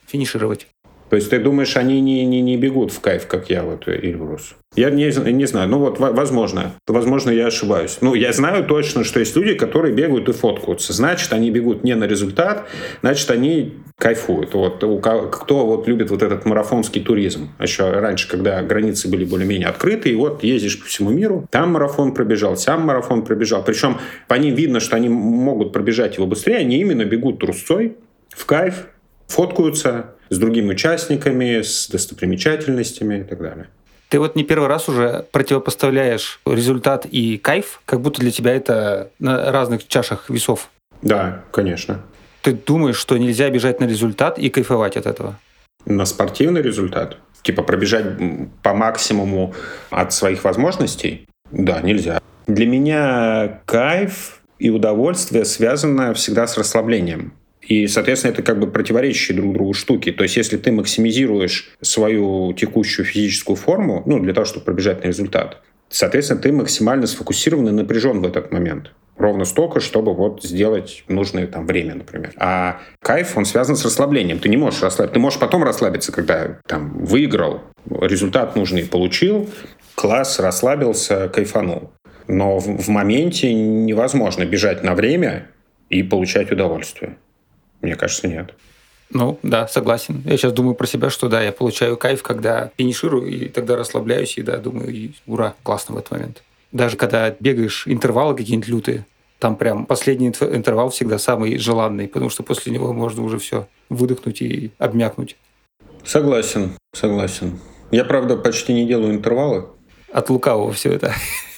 финишировать. То есть ты думаешь, они не, не, не бегут в кайф, как я, вот, Эльбрус? Я не, не знаю. Ну вот, возможно. Возможно, я ошибаюсь. Ну, я знаю точно, что есть люди, которые бегают и фоткаются. Значит, они бегут не на результат, значит, они кайфуют. Вот, кто вот любит вот этот марафонский туризм. Еще раньше, когда границы были более-менее открыты, и вот ездишь по всему миру, там марафон пробежал, сям марафон пробежал. Причем по ним видно, что они могут пробежать его быстрее, они именно бегут трусцой, в кайф, фоткаются с другими участниками, с достопримечательностями и так далее. Ты вот не первый раз уже противопоставляешь результат и кайф, как будто для тебя это на разных чашах весов. Да, конечно. Ты думаешь, что нельзя бежать на результат и кайфовать от этого? На спортивный результат? Типа пробежать по максимуму от своих возможностей? Да, нельзя. Для меня кайф и удовольствие связано всегда с расслаблением. И, соответственно, это как бы противоречащие друг другу штуки. То есть, если ты максимизируешь свою текущую физическую форму, ну, для того, чтобы пробежать на результат, соответственно, ты максимально сфокусирован и напряжен в этот момент. Ровно столько, чтобы вот сделать нужное там время, например. А кайф, он связан с расслаблением. Ты не можешь расслабиться. Ты можешь потом расслабиться, когда там выиграл, результат нужный получил, класс, расслабился, кайфанул. Но в, в моменте невозможно бежать на время и получать удовольствие. Мне кажется, нет. Ну, да, согласен. Я сейчас думаю про себя, что да, я получаю кайф, когда финиширую, и тогда расслабляюсь, и да, думаю, и, ура, классно в этот момент. Даже когда бегаешь интервалы какие-нибудь лютые, там прям последний интервал всегда самый желанный, потому что после него можно уже все выдохнуть и обмякнуть. Согласен, согласен. Я, правда, почти не делаю интервалы. От лукавого все это.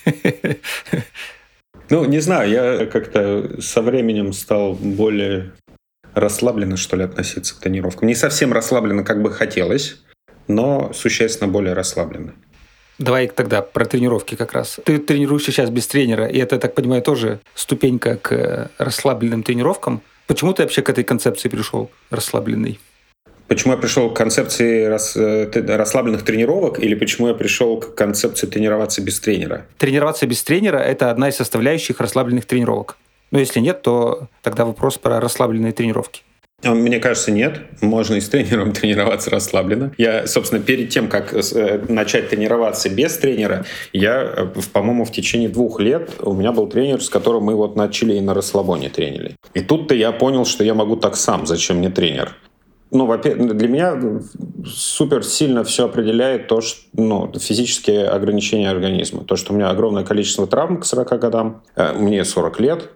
Ну, не знаю, я как-то со временем стал более расслабленно, что ли, относиться к тренировкам. Не совсем расслабленно, как бы хотелось, но существенно более расслабленно. Давай тогда про тренировки как раз. Ты тренируешься сейчас без тренера, и это, я так понимаю, тоже ступенька к расслабленным тренировкам. Почему ты вообще к этой концепции пришел, расслабленный? Почему я пришел к концепции рас, расслабленных тренировок или почему я пришел к концепции тренироваться без тренера? Тренироваться без тренера – это одна из составляющих расслабленных тренировок. Но если нет, то тогда вопрос про расслабленные тренировки. Мне кажется, нет. Можно и с тренером тренироваться расслабленно. Я, собственно, перед тем, как начать тренироваться без тренера, я, по-моему, в течение двух лет у меня был тренер, с которым мы вот начали и на расслабоне тренили. И тут-то я понял, что я могу так сам, зачем мне тренер. Ну, во-первых, для меня супер сильно все определяет то, что, ну, физические ограничения организма. То, что у меня огромное количество травм к сорока годам, мне сорок лет,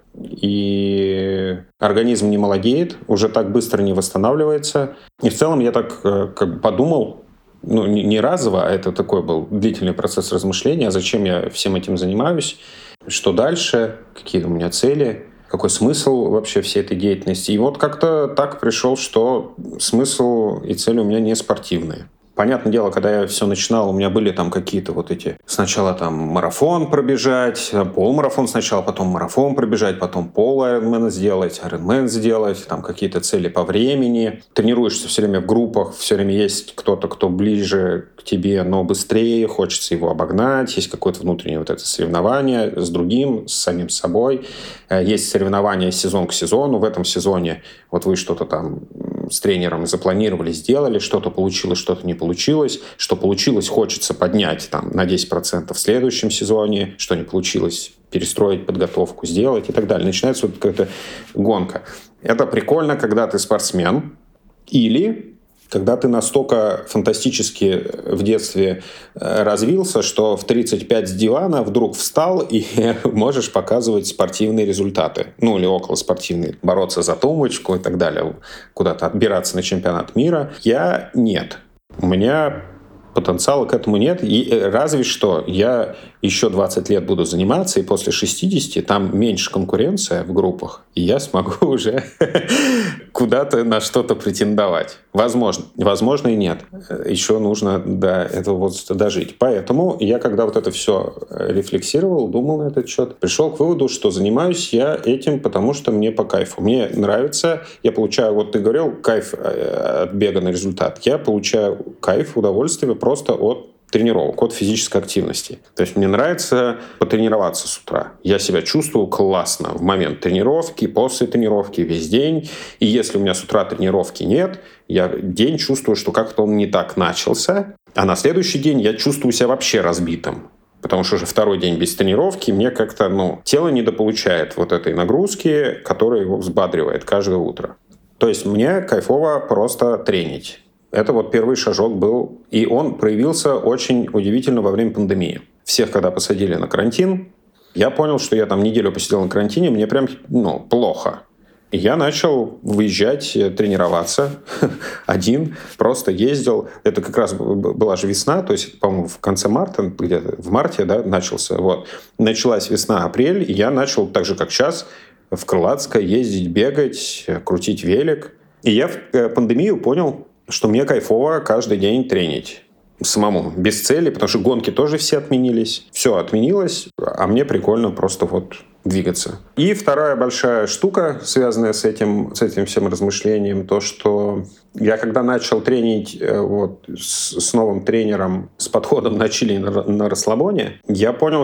и организм не молодеет, уже так быстро не восстанавливается. И в целом я так как бы подумал, ну, не разово, а это такой был длительный процесс размышления, зачем я всем этим занимаюсь, что дальше, какие у меня цели, какой смысл вообще всей этой деятельности. И вот как-то так пришел, что смысл и цели у меня не спортивные. Понятное дело, когда я все начинал, у меня были там какие-то вот эти... Сначала там марафон пробежать, полумарафон сначала, потом марафон пробежать, потом пол Ironman сделать, Ironman сделать, там какие-то цели по времени. Тренируешься все время в группах, все время есть кто-то, кто ближе к тебе, но быстрее, хочется его обогнать. Есть какое-то внутреннее вот это соревнование с другим, с самим собой. Есть соревнования сезон к сезону. В этом сезоне вот вы что-то там с тренером запланировали, сделали, что-то получилось, что-то не получилось. Что получилось, хочется поднять там, на десять процентов в следующем сезоне. Что не получилось, перестроить подготовку, сделать и так далее. Начинается вот какая-то гонка. Это прикольно, когда ты спортсмен или когда ты настолько фантастически в детстве развился, что в тридцать пять с дивана вдруг встал и можешь показывать спортивные результаты. Ну, или околоспортивные. Бороться за тумбочку и так далее. Куда-то отбираться на чемпионат мира. Я нет. У меня потенциала к этому нет. И разве что я еще двадцать лет буду заниматься, и после шестидесяти там меньше конкуренция в группах, и я смогу уже куда-то на что-то претендовать. Возможно. Возможно и нет. Еще нужно до этого возраста дожить. Поэтому я, когда вот это все рефлексировал, думал на этот счет, пришел к выводу, что занимаюсь я этим, потому что мне по кайфу. Мне нравится, я получаю, вот ты говорил, кайф от бега на результат. Я получаю кайф, удовольствие просто от тренировок, от физической активности. То есть мне нравится потренироваться с утра. Я себя чувствую классно в момент тренировки, после тренировки, весь день. И если у меня с утра тренировки нет, я день чувствую, что как-то он не так начался, а на следующий день я чувствую себя вообще разбитым. Потому что уже второй день без тренировки мне как-то, ну, тело недополучает вот этой нагрузки, которая его взбадривает каждое утро. То есть мне кайфово просто тренить. Это вот первый шажок был. И он проявился очень удивительно во время пандемии. Всех, когда посадили на карантин, я понял, что я там неделю посидел на карантине, мне прям, ну, плохо. И я начал выезжать, тренироваться один, просто ездил. Это как раз была же весна, то есть, по-моему, в конце марта, где-то в марте, да, начался. Вот. Началась весна, апрель, и я начал, так же, как сейчас, в Крылатское ездить, бегать, крутить велик. И я в пандемию понял, что мне кайфово каждый день тренить. Самому, без цели, потому что гонки тоже все отменились. Все отменилось, а мне прикольно просто вот двигаться. И вторая большая штука, связанная с этим, с этим всем размышлением, то, что я когда начал тренить вот, с, с новым тренером, с подходом на чили на, на расслабоне, я понял,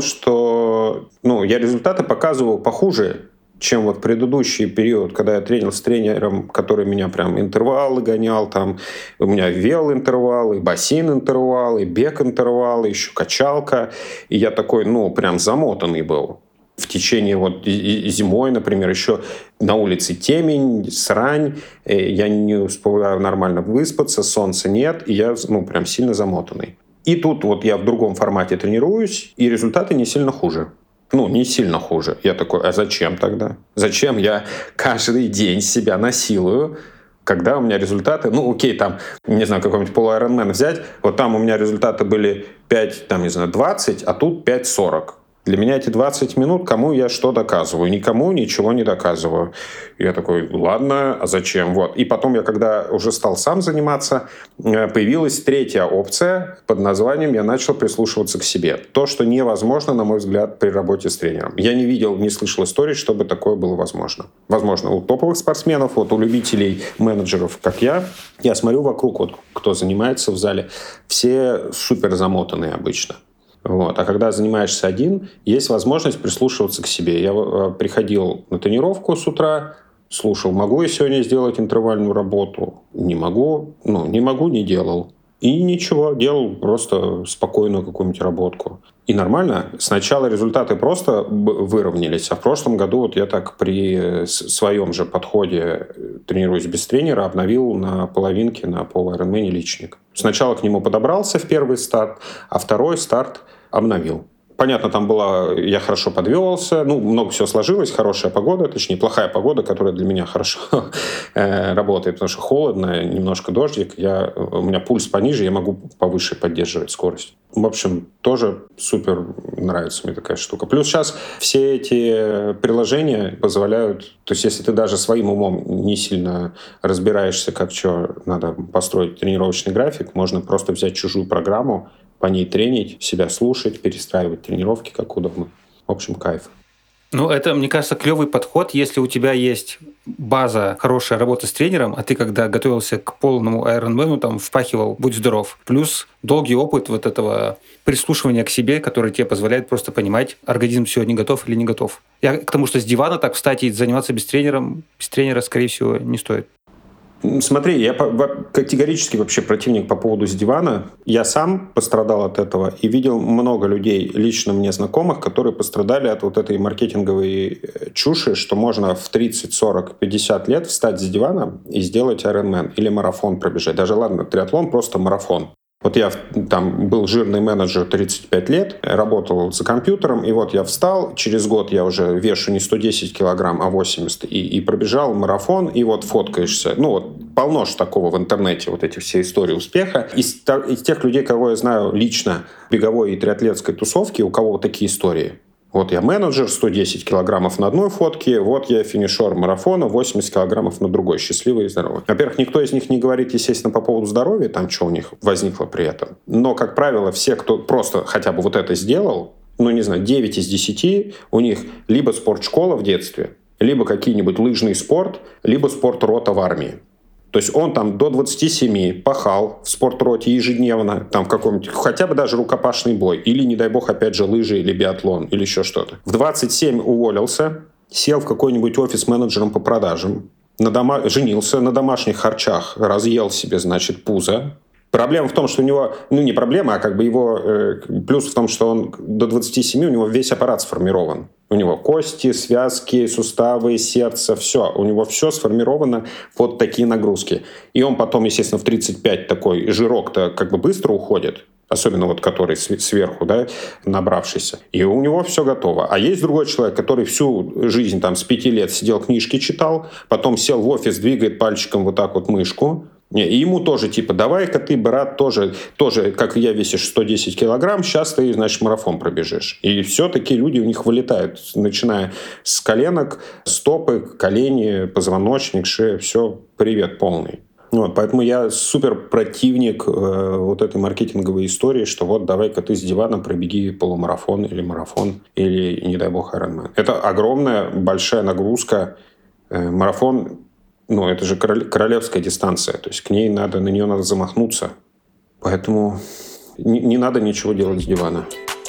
что ну, я результаты показывал похуже, чем вот предыдущий период, когда я тренил с тренером, который меня прям интервалы гонял, там у меня вел интервалы, бассейн интервалы, бег интервалы, еще качалка. И я такой, ну, прям замотанный был. В течение вот зимой, например, еще на улице темень, срань, я не успеваю нормально выспаться, солнца нет, и я, ну, прям сильно замотанный. И тут вот я в другом формате тренируюсь, и результаты не сильно хуже. Ну, не сильно хуже. Я такой, а зачем тогда? Зачем я каждый день себя насилую, когда у меня результаты... Ну, окей, там, не знаю, какой-нибудь полуайронмен взять, вот там у меня результаты были пять, там, не знаю, двадцать, а тут пять сорок. Для меня эти двадцать минут, кому я что доказываю? Никому ничего не доказываю. Я такой, ладно, а зачем? Вот. И потом я, когда уже стал сам заниматься, появилась третья опция под названием «Я начал прислушиваться к себе». То, что невозможно, на мой взгляд, при работе с тренером. Я не видел, не слышал истории, чтобы такое было возможно. Возможно, у топовых спортсменов, вот у любителей, менеджеров, как я, я смотрю вокруг, вот кто занимается в зале, все супер замотанные обычно. Вот. А когда занимаешься один, есть возможность прислушиваться к себе. Я приходил на тренировку с утра, слушал, могу я сегодня сделать интервальную работу? Не могу. Ну, не могу, не делал. И ничего, делал просто спокойную какую-нибудь работку. И нормально. Сначала результаты просто выровнялись, а в прошлом году вот я так при своем же подходе тренируюсь без тренера, обновил на половинке, на полуайронмене личник. Сначала к нему подобрался в первый старт, а второй старт обновил. Понятно, там была, я хорошо подвелся, ну, много всего сложилось, хорошая погода, точнее, плохая погода, которая для меня хорошо э, работает, потому что холодно, немножко дождик, я, у меня пульс пониже, я могу повыше поддерживать скорость. В общем, тоже супер нравится мне такая штука. Плюс сейчас все эти приложения позволяют, то есть если ты даже своим умом не сильно разбираешься, как что надо построить тренировочный график, можно просто взять чужую программу, по ней тренить, себя слушать, перестраивать тренировки как удобно. В общем, кайф. Ну, это, мне кажется, клевый подход, если у тебя есть база, хорошая работа с тренером, а ты, когда готовился к полному айронмену, там, впахивал «Будь здоров». Плюс долгий опыт вот этого прислушивания к себе, который тебе позволяет просто понимать, организм сегодня готов или не готов. Я к тому, что с дивана так встать и заниматься без тренера, без тренера, скорее всего, не стоит. Смотри, я категорически вообще противник по поводу с дивана. Я сам пострадал от этого и видел много людей, лично мне знакомых, которые пострадали от вот этой маркетинговой чуши, что можно в тридцать, сорок, пятьдесят лет встать с дивана и сделать айронмен или марафон пробежать. Даже ладно, триатлон, просто марафон. Вот я там был жирный менеджер тридцать пять лет, работал за компьютером, и вот я встал, через год я уже вешу не сто десять килограмм, а восемьдесят, и, и пробежал марафон, и вот фоткаешься. Ну вот полно ж такого в интернете, вот эти все истории успеха. Из, из тех людей, кого я знаю лично, беговой и триатлетской тусовки, у кого вот такие истории. Вот я менеджер, сто десять килограммов на одной фотке, вот я финишер марафона, восемьдесят килограммов на другой, счастливый и здоровый. Во-первых, никто из них не говорит, естественно, по поводу здоровья, там, что у них возникло при этом. Но, как правило, все, кто просто хотя бы вот это сделал, ну, не знаю, девять из десяти у них либо спортшкола в детстве, либо какой-нибудь лыжный спорт, либо спорт рота в армии. То есть он там до двадцати семи пахал в спортроте ежедневно, там в каком-нибудь, хотя бы даже рукопашный бой, или, не дай бог, опять же, лыжи или биатлон, или еще что-то. В двадцать семь уволился, сел в какой-нибудь офис менеджером по продажам, на дома... женился на домашних харчах, разъел себе, значит, пузо. Проблема в том, что у него, ну не проблема, а как бы его э, плюс в том, что он до двадцати семи у него весь аппарат сформирован. У него кости, связки, суставы, сердце, все. У него все сформировано под такие нагрузки. И он потом, естественно, в тридцать пять такой жирок-то как бы быстро уходит. Особенно вот который сверху, да, набравшийся. И у него все готово. А есть другой человек, который всю жизнь там с пяти лет сидел, книжки читал, потом сел в офис, двигает пальчиком вот так вот мышку. И ему тоже типа, давай-ка ты, брат, тоже, тоже, как и я, весишь сто десять килограмм, сейчас ты, значит, марафон пробежишь. И все-таки люди у них вылетают, начиная с коленок, стопы, колени, позвоночник, шея, все, привет полный. Вот, поэтому я супер противник э, вот этой маркетинговой истории, что вот давай-ка ты с дивана пробеги полумарафон или марафон, или, не дай бог, Ironman. Это огромная, большая нагрузка. Э, марафон, ну, это же королевская дистанция, то есть к ней надо, на нее надо замахнуться. Поэтому не, не надо ничего делать с дивана.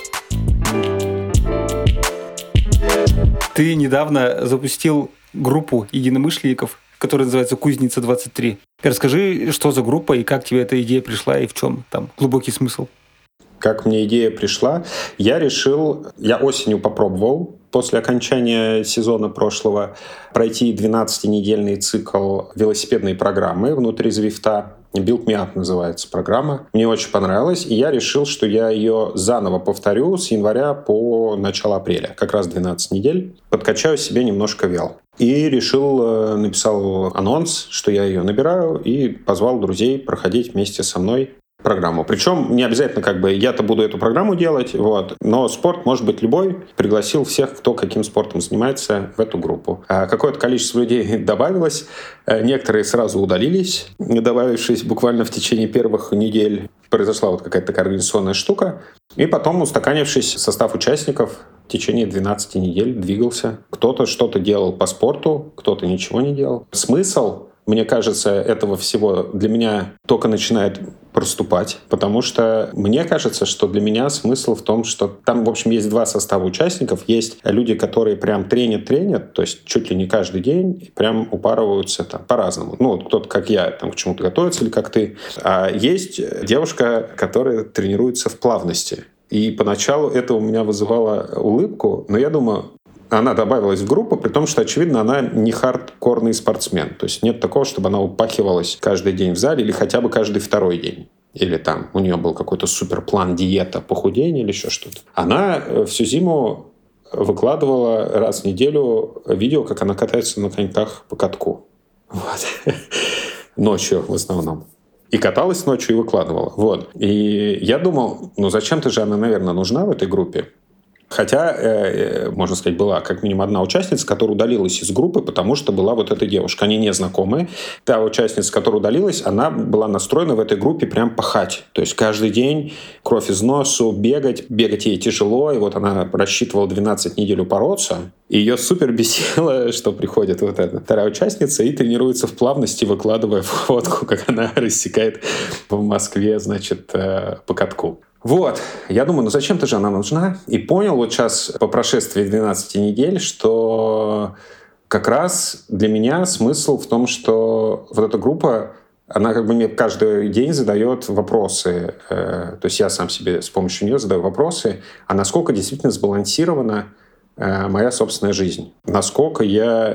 Ты недавно запустил группу единомышленников, которая называется «Кузница двадцать три». Расскажи, что за группа и как тебе эта идея пришла, и в чем там глубокий смысл? Как мне идея пришла? Я решил, я осенью попробовал после окончания сезона прошлого пройти двенадцатинедельный цикл велосипедной программы внутри Звифта. Build Me Up называется программа. Мне очень понравилось, и я решил, что я ее заново повторю с января по начало апреля. Как раз двенадцать недель. Подкачаю себе немножко вел. И решил, написал анонс, что я ее набираю, и позвал друзей проходить вместе со мной программу. Причем не обязательно как бы я-то буду эту программу делать, вот, но спорт может быть любой. Пригласил всех, кто каким спортом занимается, в эту группу. А какое-то количество людей добавилось. Некоторые сразу удалились, добавившись буквально в течение первых недель. Произошла вот какая-то такая организационная штука. И потом, устаканившись, состав участников в течение двенадцати недель двигался. Кто-то что-то делал по спорту, кто-то ничего не делал. Смысл, мне кажется, этого всего для меня только начинает проступать, потому что мне кажется, что для меня смысл в том, что там, в общем, есть два состава участников. Есть люди, которые прям тренят-тренят, то есть чуть ли не каждый день, прям упарываются там по-разному. Ну, вот кто-то, как я, там, к чему-то готовится, или как ты. А есть девушка, которая тренируется в плавности. И поначалу это у меня вызывало улыбку, но я думаю, она добавилась в группу, при том, что, очевидно, она не хардкорный спортсмен. То есть нет такого, чтобы она упахивалась каждый день в зале или хотя бы каждый второй день. Или там у нее был какой-то суперплан, диета, похудение или еще что-то. Она всю зиму выкладывала раз в неделю видео, как она катается на коньках по катку. Вот. Ночью в основном. И каталась ночью и выкладывала. Вот. И я думал, ну зачем-то же она, наверное, нужна в этой группе. Хотя, э, можно сказать, была как минимум одна участница, которая удалилась из группы, потому что была вот эта девушка. Они не знакомые. Та участница, которая удалилась, она была настроена в этой группе прям пахать. То есть каждый день кровь из носу, бегать. Бегать ей тяжело. И вот она рассчитывала двенадцать недель упороться. И ее супер бесило, что приходит вот эта вторая участница и тренируется в плавности, выкладывая фотку, как она рассекает в Москве, значит, э, по катку. Вот, я думаю, ну зачем-то же она нужна. И понял вот сейчас по прошествии двенадцати недель, что как раз для меня смысл в том, что вот эта группа, она как бы мне каждый день задает вопросы. То есть я сам себе с помощью нее задаю вопросы, а насколько действительно сбалансирована моя собственная жизнь. Насколько я,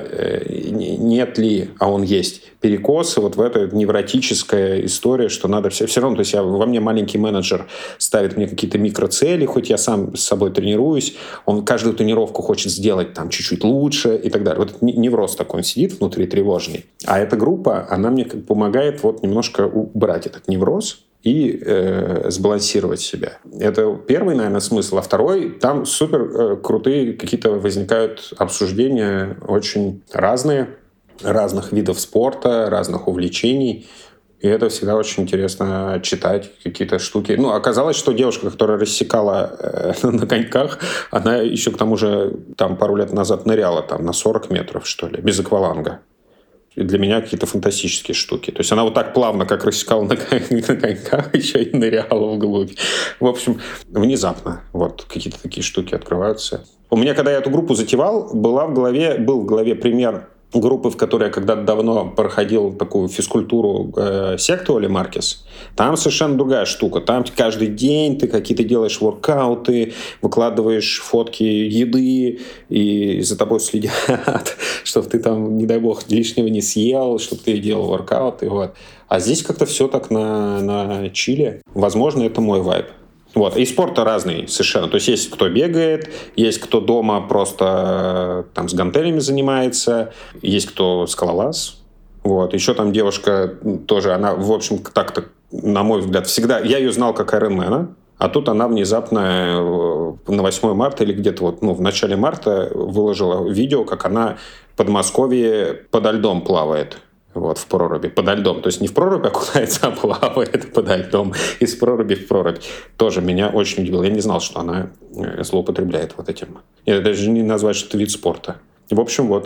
нет ли, а он есть, перекосы вот в эту невротическая история, что надо все, все равно, то есть я, во мне маленький менеджер ставит мне какие-то микроцели, хоть я сам с собой тренируюсь, он каждую тренировку хочет сделать там чуть-чуть лучше и так далее. Вот невроз такой, он сидит внутри тревожный. А эта группа, она мне как помогает вот немножко убрать этот невроз и э, сбалансировать себя. Это первый, наверное, смысл. А второй, там супер э, крутые какие-то возникают обсуждения, очень разные, разных видов спорта, разных увлечений. И это всегда очень интересно читать какие-то штуки. Ну, оказалось, что девушка, которая рассекала э, на коньках, она еще к тому же там пару лет назад ныряла там на сорок метров, что ли, без акваланга. для меня какие-то фантастические штуки. То есть она вот так плавно, как рассекала на коньках, еще и ныряла вглубь. В общем, внезапно вот какие-то такие штуки открываются. У меня, когда я эту группу затевал, была в голове, был в голове пример группы, в которой я когда-то давно проходил такую физкультуру, э, секту Оли Маркес. Там совершенно другая штука. Там каждый день ты какие-то делаешь воркауты, выкладываешь фотки еды, и за тобой следят, чтобы ты там, не дай бог, лишнего не съел, чтобы ты делал воркауты. Вот. А здесь как-то все так на, на чиле. Возможно, это мой вайб. Вот. И спорт-то разный совершенно. То есть есть кто бегает, есть кто дома просто там с гантелями занимается, есть кто скалолаз. Вот. Еще там девушка тоже, она, в общем, так-то, на мой взгляд, всегда... Я ее знал как айронмена, а тут она внезапно на восьмое марта или где-то вот, ну, в начале марта выложила видео, как она в Подмосковье подо льдом плавает. Вот, в проруби, подо льдом. То есть не в прорубь окунается, а плавает подо льдом. Из проруби в прорубь. Тоже меня очень удивило. Я не знал, что она злоупотребляет вот этим. Я даже не назвать, что это вид спорта. В общем, вот.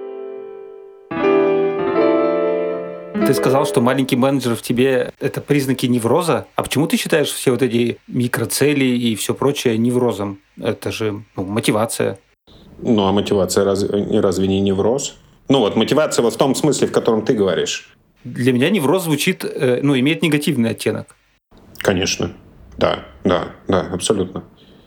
Ты сказал, что маленький менеджер в тебе – это признаки невроза. А почему ты считаешь все вот эти микроцели и все прочее неврозом? Это же, ну, мотивация. Ну, а мотивация разве, разве не невроз? Ну вот мотивация вот в том смысле, в котором ты говоришь. Для меня невроз звучит, ну, имеет негативный оттенок. Конечно. Да, да, да, абсолютно.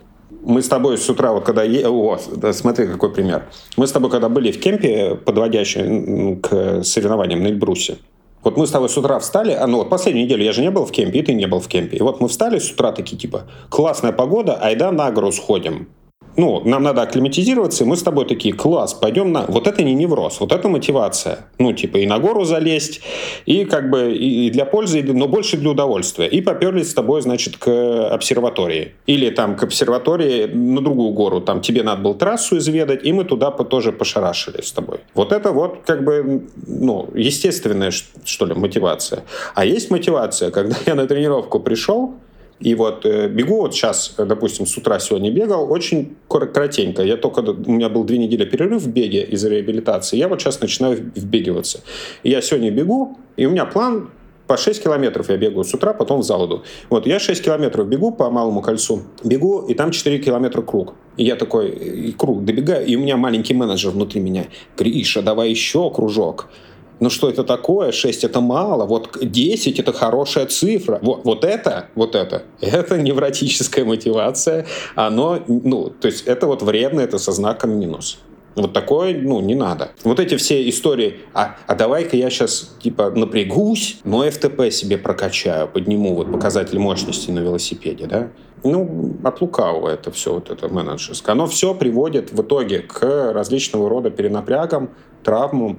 Мы с тобой с утра, вот когда... Е... О, да, смотри, какой пример. Мы с тобой, когда были в кемпе, подводящем к соревнованиям на Эльбрусе, вот мы с тобой с утра встали, а ну вот последнюю неделю я же не был в кемпе, и ты не был в кемпе. И вот мы встали с утра такие, типа, классная погода, айда на гору сходим. Ну, нам надо акклиматизироваться, и мы с тобой такие, класс, пойдем на... Вот это не невроз, вот это мотивация. Ну, типа, и на гору залезть, и как бы и для пользы, но больше для удовольствия. И поперлись с тобой, значит, к обсерватории. Или там к обсерватории на другую гору. Там тебе надо было трассу изведать, и мы туда тоже пошарашили с тобой. Вот это вот как бы, ну, естественная, что ли, мотивация. А есть мотивация, когда я на тренировку пришел, и вот э, бегу, вот сейчас, допустим, с утра сегодня бегал, очень коротенько. Я только, у меня был две недели перерыв в беге из-за реабилитации. Я вот сейчас начинаю вбегиваться. И я сегодня бегу, и у меня план по шесть километров я бегаю с утра, потом в зал иду. Вот я шесть километров бегу по Малому кольцу, бегу, и там четыре километра круг. И я такой, и круг добегаю, и у меня маленький менеджер внутри меня. Гриша, давай еще кружок. Ну что это такое? шесть это мало. Вот десять это хорошая цифра. Вот, вот это, вот это, это невротическая мотивация. Оно, ну, то есть это вот вредно, это со знаком минус. Вот такое, ну, не надо. Вот эти все истории, а, а давай-ка я сейчас, типа, напрягусь, но эф тэ пэ себе прокачаю, подниму вот показатель мощности на велосипеде, да? Ну, от лукавого это все, вот это менеджерское. Оно все приводит в итоге к различного рода перенапрягам, травмам.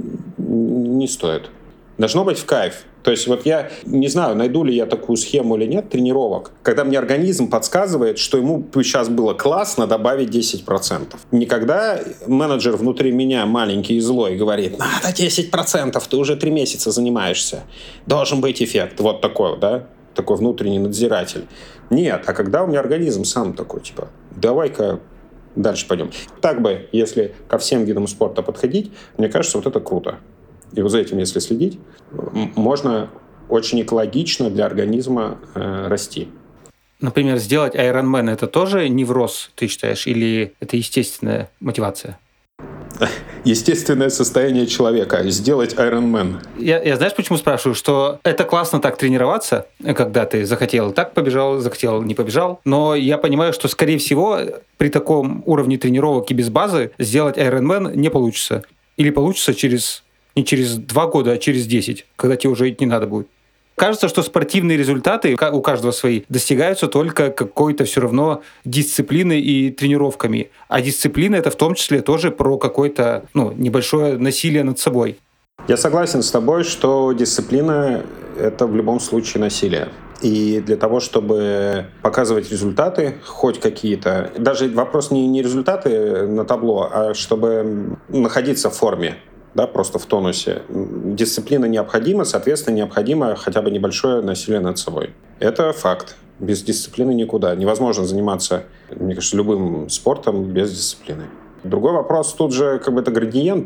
Не стоит. Должно быть в кайф. То есть вот я не знаю, найду ли я такую схему или нет тренировок, когда мне организм подсказывает, что ему сейчас было классно добавить десять процентов. Никогда менеджер внутри меня маленький и злой говорит, надо десять процентов, ты уже три месяца занимаешься. Должен быть эффект. Вот такой, да? Такой внутренний надзиратель. Нет, а когда у меня организм сам такой, типа, давай-ка дальше пойдем. Так бы, если ко всем видам спорта подходить, мне кажется, вот это круто. И вот за этим, если следить, можно очень экологично для организма э, расти. Например, сделать Ironman – это тоже невроз, ты считаешь, или это естественная мотивация? Естественное состояние человека. Сделать Ironman. Я, я знаешь, почему спрашиваю? Что это классно так тренироваться, когда ты захотел, так побежал, захотел, не побежал. Но я понимаю, что, скорее всего, при таком уровне тренировок и без базы сделать Ironman не получится. Или получится через не через два года, а через десять, когда тебе уже не надо будет. Кажется, что спортивные результаты, у каждого свои, достигаются только какой-то все равно дисциплиной и тренировками. А дисциплина – это в том числе тоже про какое-то, ну, небольшое насилие над собой. Я согласен с тобой, что дисциплина – это в любом случае насилие. И для того, чтобы показывать результаты, хоть какие-то, даже вопрос не, не результаты на табло, а чтобы находиться в форме. Да, просто в тонусе. Дисциплина необходима, соответственно, необходимо хотя бы небольшое насилие над собой. Это факт. Без дисциплины никуда. Невозможно заниматься, мне кажется, любым спортом без дисциплины. Другой вопрос, тут же как бы это градиент.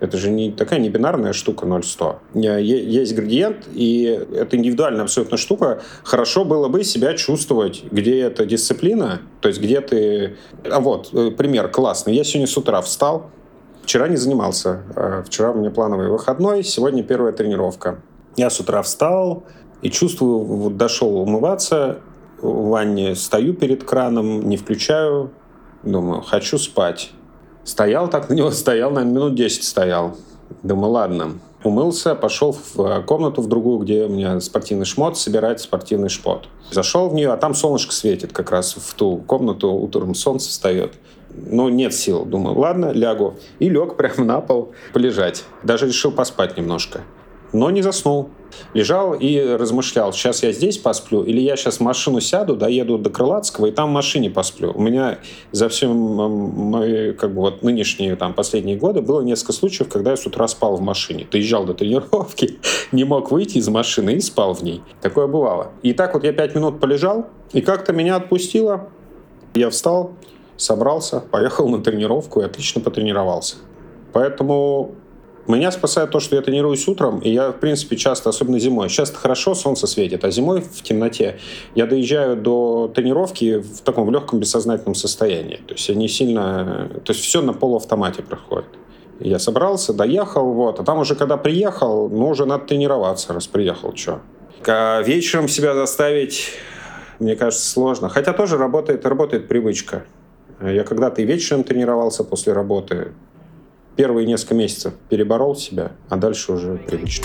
Это же не такая не бинарная штука ноль сто. Есть градиент, и это индивидуальная абсолютно штука. Хорошо было бы себя чувствовать, где эта дисциплина, то есть где ты... А вот, пример классный. Я сегодня с утра встал, вчера не занимался. Вчера у меня плановый выходной, сегодня первая тренировка. Я с утра встал и чувствую, вот дошел умываться в ванне, стою перед краном, не включаю, думаю, хочу спать. Стоял так на него, стоял, наверное, минут десять стоял. Думаю, ладно. Умылся, пошел в комнату в другую, где у меня спортивный шмот, собирать спортивный шмот. Зашел в нее, а там солнышко светит как раз в ту комнату, утром солнце встает. Ну, нет сил. Думаю, ладно, лягу. И лег прямо на пол полежать. Даже решил поспать немножко. Но не заснул. Лежал и размышлял, сейчас я здесь посплю, или я сейчас в машину сяду, доеду до Крылатского, и там в машине посплю. У меня за все мои, как бы, вот нынешние, там, последние годы было несколько случаев, когда я с утра спал в машине. Доезжал до тренировки, не мог выйти из машины и спал в ней. Такое бывало. И так вот я пять минут полежал, и как-то меня отпустило. Я встал, собрался, поехал на тренировку и отлично потренировался. Поэтому... Меня спасает то, что я тренируюсь утром, и я, в принципе, часто, особенно зимой, сейчас хорошо солнце светит, а зимой в темноте я доезжаю до тренировки в таком в легком бессознательном состоянии. То есть я не сильно... То есть все на полуавтомате проходит. Я собрался, доехал, вот, а там уже, когда приехал, ну, уже надо тренироваться, раз приехал, что. А вечером себя заставить, мне кажется, сложно. Хотя тоже работает, работает привычка. Я когда-то и вечером тренировался после работы. Первые несколько месяцев переборол себя, а дальше уже привычно.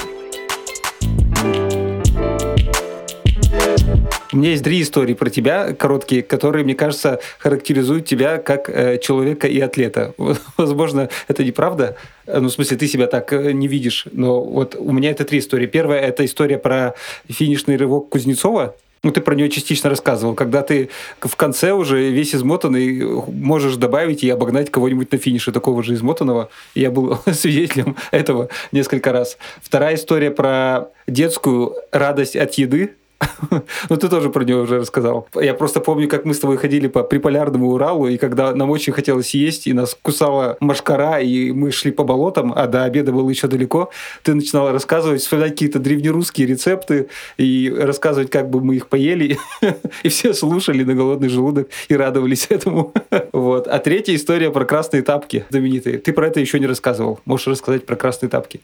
У меня есть три истории про тебя, короткие, которые, мне кажется, характеризуют тебя как э, человека и атлета. Возможно, это неправда. Ну, в смысле, ты себя так не видишь. Но вот у меня это три истории. Первая – это история про финишный рывок Кузнецова. Ну, ты про нее частично рассказывал, когда ты в конце уже весь измотанный можешь добавить и обогнать кого-нибудь на финише такого же измотанного. Я был свидетелем этого несколько раз. Вторая история про детскую радость от еды. Ну, ты тоже про нее уже рассказал. Я просто помню, как мы с тобой ходили по приполярному Уралу, и когда нам очень хотелось есть, и нас кусала мошкара, и мы шли по болотам, а до обеда было еще далеко, ты начинала рассказывать, вспоминать какие-то древнерусские рецепты и рассказывать, как бы мы их поели, и все слушали на голодный желудок и радовались этому. Вот. А третья история про красные тапки знаменитые. Ты про это еще не рассказывал. Можешь рассказать про красные тапки?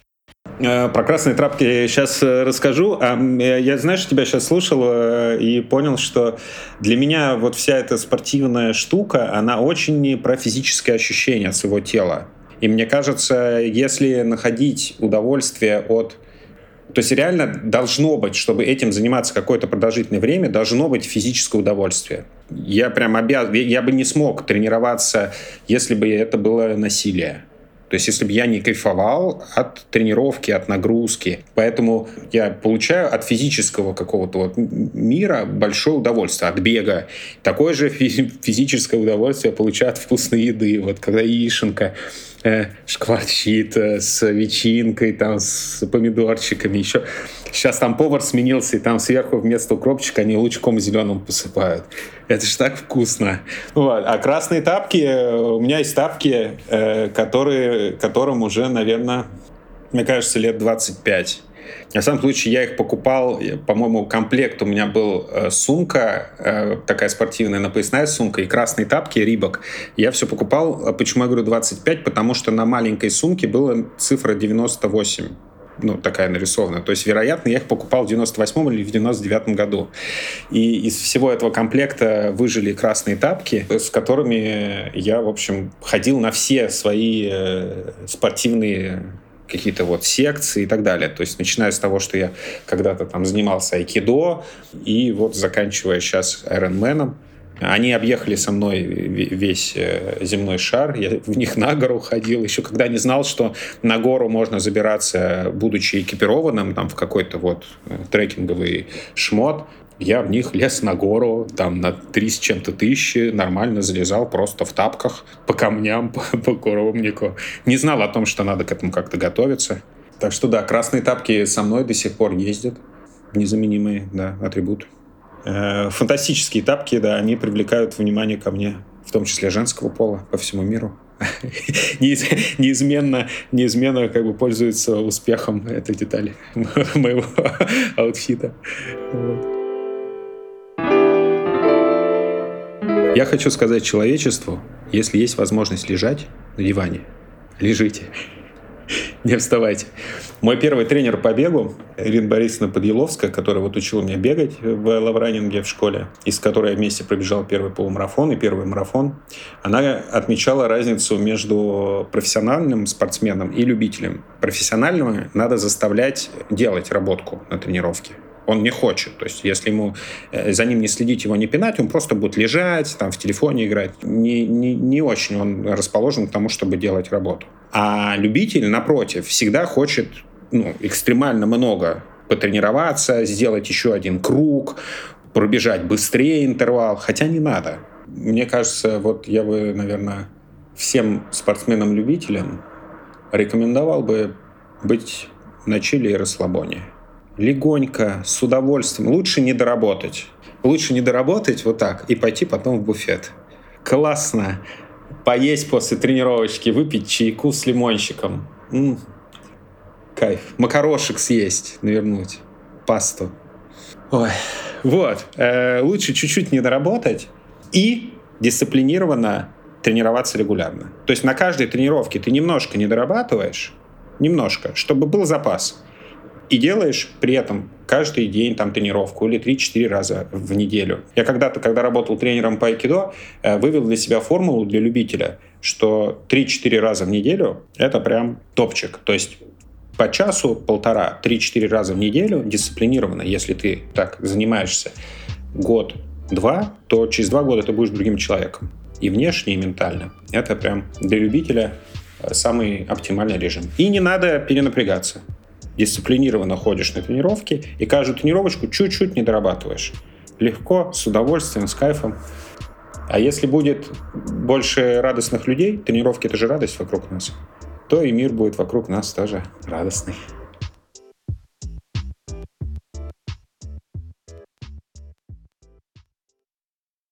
Про красные тапки я сейчас расскажу. Я, знаешь, тебя сейчас слушал и понял, что для меня вот вся эта спортивная штука, она очень про физическое ощущение своего тела. И мне кажется, если находить удовольствие от... То есть реально должно быть, чтобы этим заниматься какое-то продолжительное время, должно быть физическое удовольствие. Я прям обязан... Я бы не смог тренироваться, если бы это было насилие. То есть, если бы я не кайфовал от тренировки, от нагрузки. Поэтому я получаю от физического какого-то вот мира большое удовольствие, от бега. Такое же физическое удовольствие я получаю от вкусной еды. Вот когда яишенка э, шкварчит э, с ветчинкой, там, с помидорчиками. Еще сейчас там повар сменился, и там сверху вместо укропчика они лучком зеленым посыпают. Это же так вкусно. Вот. А красные тапки, у меня есть тапки, э, которые, которым уже, наверное, мне кажется, лет двадцать пять. На самом случае я их покупал, по-моему, комплект у меня был э, сумка, э, такая спортивная напоясная сумка и красные тапки Рибок. Я все покупал, почему я говорю двадцать пять, потому что на маленькой сумке была цифра девяносто восемь. Ну, такая нарисована. То есть, вероятно, я их покупал в девяносто восьмом или в девяносто девятом году. И из всего этого комплекта выжили красные тапки, с которыми я, в общем, ходил на все свои э, спортивные какие-то вот секции и так далее. То есть, начиная с того, что я когда-то там занимался айкидо, и вот заканчивая сейчас айронменом. Они объехали со мной весь земной шар. Я в них на гору ходил. Еще когда не знал, что на гору можно забираться, будучи экипированным, там, в какой-то вот трекинговый шмот, я в них лез на гору, там, на три с чем-то тысячи, нормально залезал просто в тапках по камням, по, по коровнику. Не знал о том, что надо к этому как-то готовиться. Так что да, красные тапки со мной до сих пор ездят. Незаменимый, да, атрибут. Фантастические тапки, да, они привлекают внимание ко мне, в том числе женского пола, по всему миру. неизменно, неизменно как бы пользуется успехом этой детали моего аутфита. Вот. Я хочу сказать человечеству, если есть возможность лежать на диване, лежите, не вставайте. Мой первый тренер по бегу, Ирина Борисовна Подъеловская, которая вот учила меня бегать в лавранинге в школе, и с которой я вместе пробежал первый полумарафон и первый марафон, она отмечала разницу между профессиональным спортсменом и любителем. Профессионального надо заставлять делать работку на тренировке. Он не хочет. То есть, если ему за ним не следить, его не пинать, он просто будет лежать, там, в телефоне играть. Не, не, не очень он расположен к тому, чтобы делать работу. А любитель, напротив, всегда хочет ну, экстремально много потренироваться, сделать еще один круг, пробежать быстрее интервал. Хотя не надо. Мне кажется, вот я бы, наверное, всем спортсменам-любителям рекомендовал бы быть на чиле и расслабоне. Легонько, с удовольствием. Лучше не доработать. Лучше не доработать вот так и пойти потом в буфет. Классно. Поесть после тренировочки, выпить чайку с лимончиком. М-м. Кайф. Макарошек съесть, навернуть. Пасту. Ой. Вот. Э, лучше чуть-чуть не доработать и дисциплинированно тренироваться регулярно. То есть на каждой тренировке ты немножко не дорабатываешь, немножко, чтобы был запас. И делаешь при этом каждый день там тренировку или три-четыре раза в неделю. Я когда-то, когда работал тренером по айкидо, вывел для себя формулу для любителя, что три-четыре раза в неделю — это прям топчик. То есть по часу, полтора, три-четыре раза в неделю дисциплинированно. Если ты так занимаешься год-два, то через два года ты будешь другим человеком. И внешне, и ментально. Это прям для любителя самый оптимальный режим. И не надо перенапрягаться. Дисциплинированно ходишь на тренировки и каждую тренировочку чуть-чуть не дорабатываешь. Легко, с удовольствием, с кайфом. А если будет больше радостных людей, тренировки — это же радость вокруг нас, то и мир будет вокруг нас тоже радостный.